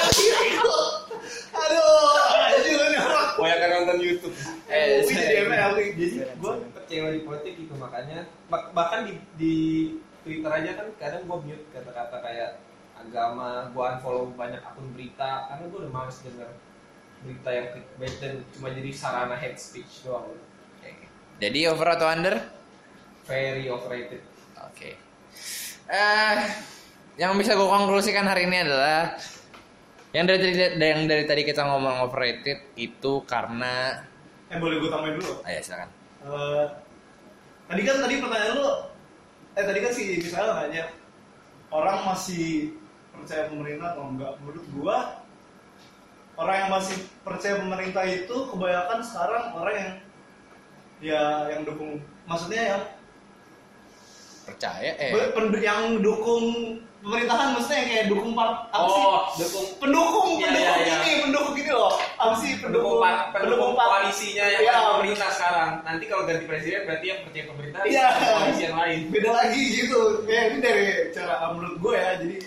Aduh, Banyak kan nonton YouTube. MUI jadi MLI. Jadi gue kecewa di politik gitu, makanya bahkan di Twitter aja kan kadang gue mute kata-kata kayak agama, gue unfollow banyak akun berita karena gue udah males denger berita yang clickbait dan cuma jadi sarana hate speech doang. Jadi over atau under? Very overrated. Oke. Yang bisa gue konklusikan hari ini adalah yang dari tadi kita ngomong overrated itu karena boleh gue tambahin dulu? ayo silakan. Tadi pertanyaan lu tadi kan si misalnya nanya orang masih percaya pemerintah atau enggak. Menurut gua orang yang masih percaya pemerintah itu kebanyakan sekarang orang yang dukung, maksudnya yang Percaya yang dukung pemerintahan, maksudnya yang kayak dukung pendukung Iya. pendukung gini loh, apa sih pendukung koalisinya yang pemerintah sekarang. Nanti kalau ganti presiden berarti yang percaya pemerintah koalisi yang lain. Beda lagi gitu. Ini dari cara menurut gue ya. Jadi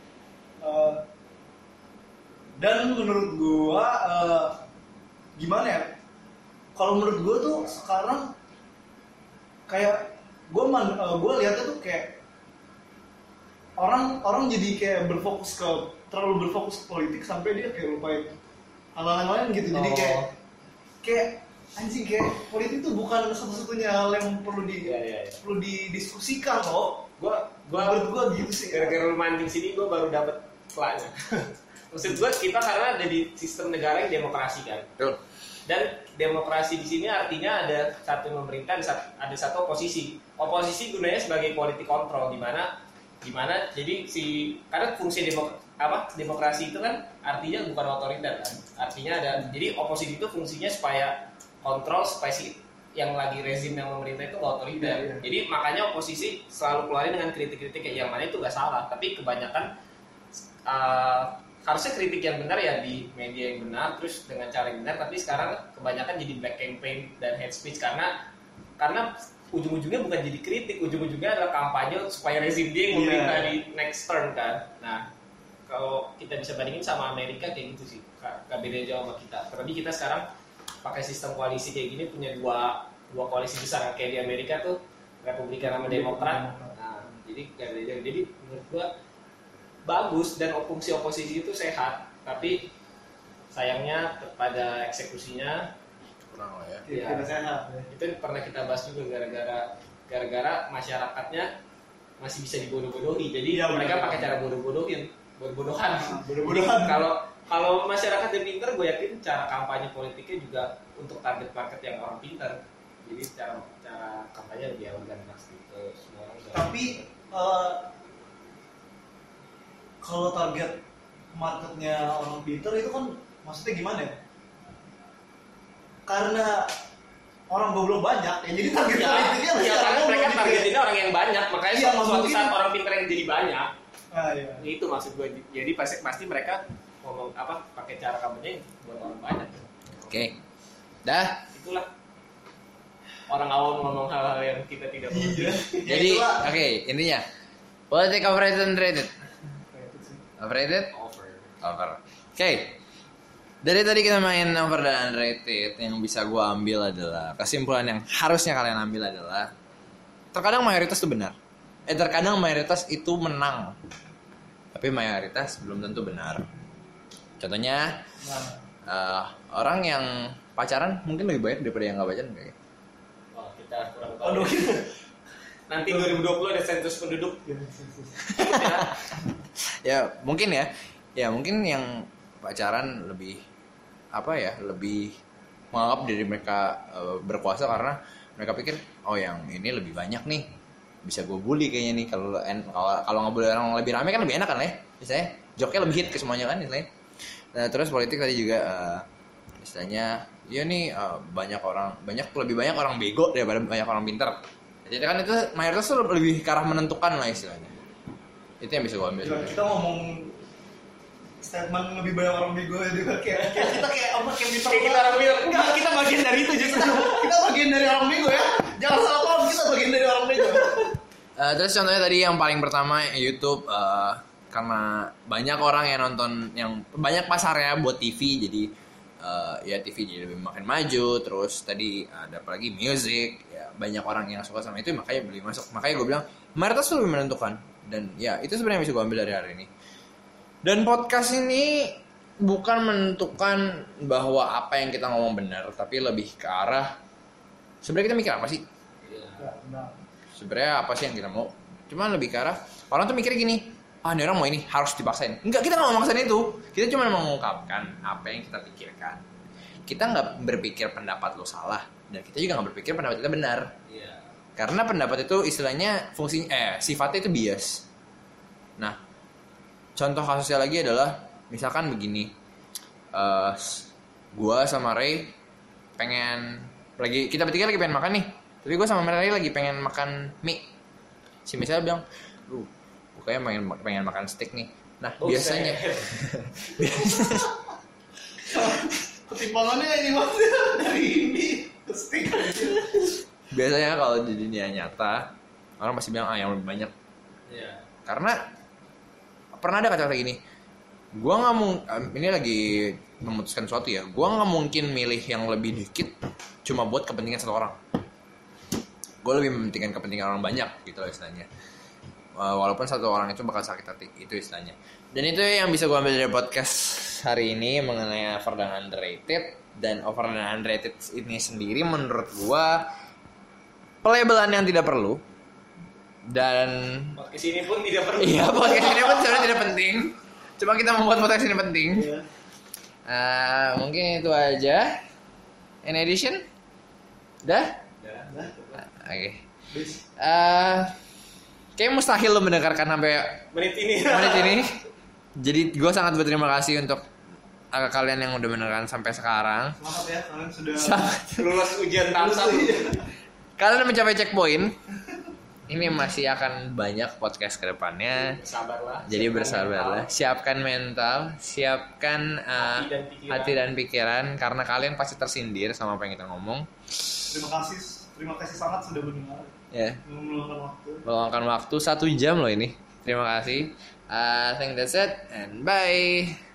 dan menurut gue gimana ya? Kalau menurut gue tuh sekarang kayak gue lihatnya tuh kayak orang jadi kayak terlalu berfokus ke politik sampai dia kayak lupain hal-hal lain gitu. Jadi kayak anjing, kayak politik tuh bukan satu-satunya hal yang perlu didiskusikan loh. Menurut gue gitu sih. Gara-gara lu mancing sini gue baru dapet kelanya. Maksud gue kita karena ada di sistem negara yang demokrasi kan. Betul. Dan demokrasi di sini artinya ada satu pemerintah, ada satu oposisi. Oposisi gunanya sebagai politik kontrol, di mana jadi karena fungsi demokrasi itu kan artinya bukan otoriter kan. Artinya jadi oposisi itu fungsinya supaya kontrol, supaya yang lagi rezim yang pemerintah itu nggak otoriter. Jadi makanya oposisi selalu keluarin dengan kritik-kritik yang mana itu nggak salah, tapi kebanyakan harusnya kritik yang benar ya di media yang benar, terus dengan cara yang benar. Tapi sekarang kebanyakan jadi black campaign dan hate speech karena ujung-ujungnya bukan jadi kritik, ujung-ujungnya adalah kampanye supaya rezim dia yang memerintah di next term kan. Nah, kalau kita bisa bandingin sama Amerika kayak gitu sih, gak beda jauh sama kita. Terlebih kita sekarang pakai sistem koalisi kayak gini, punya dua koalisi besar kayak di Amerika tuh, Republikan sama Demokrat. Nah, jadi gak beda jauh. Jadi menurut gua bagus dan fungsi oposisi itu sehat, tapi sayangnya pada eksekusinya kurang lah ya. Tidak sehat. Itu pernah kita bahas juga gara-gara masyarakatnya masih bisa dibodoh-bodohi. Jadi mereka pakai cara bodoh-bodohan. Kalau masyarakat yang pintar, gue yakin cara kampanye politiknya juga untuk target market yang orang pintar. Jadi cara kampanye lebih organisasi ke semua orang. Tapi kalau target marketnya orang pintar itu kan maksudnya gimana ya? Karena orang goblok banyak, ya jadi target politiknya ya karena mereka targetinnya orang yang banyak, makanya suatu saat orang pintar yang jadi banyak. Iya. Itu maksud gue. Jadi pasti mereka ngomong pakai cara kampanye buat orang banyak. Oke. Dah. Itulah orang awam ngomong hal-hal yang kita tidak mengerti. Jadi oke, intinya politik overrated and underrated. Overrated? Over. Oke. Dari tadi kita main over dan underrated, yang bisa gue ambil adalah kesimpulan yang harusnya kalian ambil adalah terkadang mayoritas itu benar. Terkadang mayoritas itu menang, tapi mayoritas belum tentu benar. Contohnya orang yang pacaran mungkin lebih baik daripada yang nggak pacaran kayak. Wah, kita kurang tahu. Nanti 2020 ada sensus penduduk. Ya mungkin ya. Ya mungkin yang pacaran lebih lebih menganggap diri mereka berkuasa karena mereka pikir yang ini lebih banyak nih, bisa gue bully kayaknya nih. Kalau ngebully orang lebih ramai kan lebih enak kan ya, misalnya joknya lebih hit ke semuanya kan istilahnya. Nah terus politik tadi juga istilahnya iya nih lebih banyak orang bego daripada banyak orang pintar. Jadi kan itu mayoritas tuh lebih ke arah menentukan lah istilahnya. Itu yang bisa gue ambil. Kita ngomong statement lebih banyak orang bego juga kayak kita kayak pintar kita orang bego. Enggak, kita bagian dari itu justru. Kita bagian dari orang bego ya. Jangan salah paham, kita bagian dari orang bego. Terus contohnya tadi yang paling pertama YouTube, karena banyak orang yang nonton, yang banyak pasarnya buat TV, jadi ya TV jadi lebih makin maju. Terus tadi ada apa lagi, music, ya banyak orang yang suka sama itu, makanya beli masuk. Makanya gue bilang mayoritas itu lebih menentukan, dan ya itu sebenarnya bisa gue ambil dari hari ini. Dan podcast ini bukan menentukan bahwa apa yang kita ngomong benar, tapi lebih ke arah sebenarnya kita mikir apa sih? Sebenarnya apa sih yang kita mau? Cuma lebih ke arah orang tuh mikirnya gini, ini orang mau ini harus dipaksain. Enggak, kita nggak mau maksain itu. Kita cuma mengungkapkan apa yang kita pikirkan. Kita nggak berpikir pendapat lo salah, dan kita juga nggak berpikir pendapat kita benar. Karena pendapat itu istilahnya sifatnya itu bias. Nah, contoh kasusnya lagi adalah misalkan begini, gua sama Ray kita bertiga lagi pengen makan nih, tapi gua sama Ray lagi pengen makan mie. Si Michelle bilang, gua kayaknya pengen makan steak nih. Nah biasanya pertimbangannya ini maksudnya dari ini ke steak. Biasanya kalau di dunia nyata orang pasti bilang yang lebih banyak. Karena pernah ada kata-kata gini, gue nggak mau ini lagi memutuskan sesuatu ya, gue nggak mungkin milih yang lebih dikit cuma buat kepentingan satu orang. Gue lebih mementingkan kepentingan orang banyak gitu loh istilahnya, walaupun satu orang itu bakal sakit hati, itu istilahnya. Dan itu yang bisa gue ambil dari podcast hari ini mengenai over dan underrated. Dan over dan underrated ini sendiri menurut gue pelabelan yang tidak perlu. Dan podcast ini pun tidak perlu. Iya, podcast ini pun sebenarnya tidak penting. Cuma kita membuat podcast ini penting. Mungkin itu aja. In addition, dah. Oke. Kayaknya mustahil lo mendengarkan sampai menit ini. Jadi gue sangat berterima kasih untuk kalian yang udah mendengarkan sampai sekarang. Selamat ya, kalian sudah lulus ujian tahap 1. Kalian udah mencapai checkpoint. ini masih akan banyak podcast ke depannya. Sabarlah. Jadi bersabarlah, siapkan mental, siapkan hati dan pikiran karena kalian pasti tersindir sama apa yang kita ngomong. Terima kasih sangat sudah mendengar. Ya, Meluangkan waktu. meluangkan waktu 1 jam loh ini. Terima kasih. I think that's it and bye.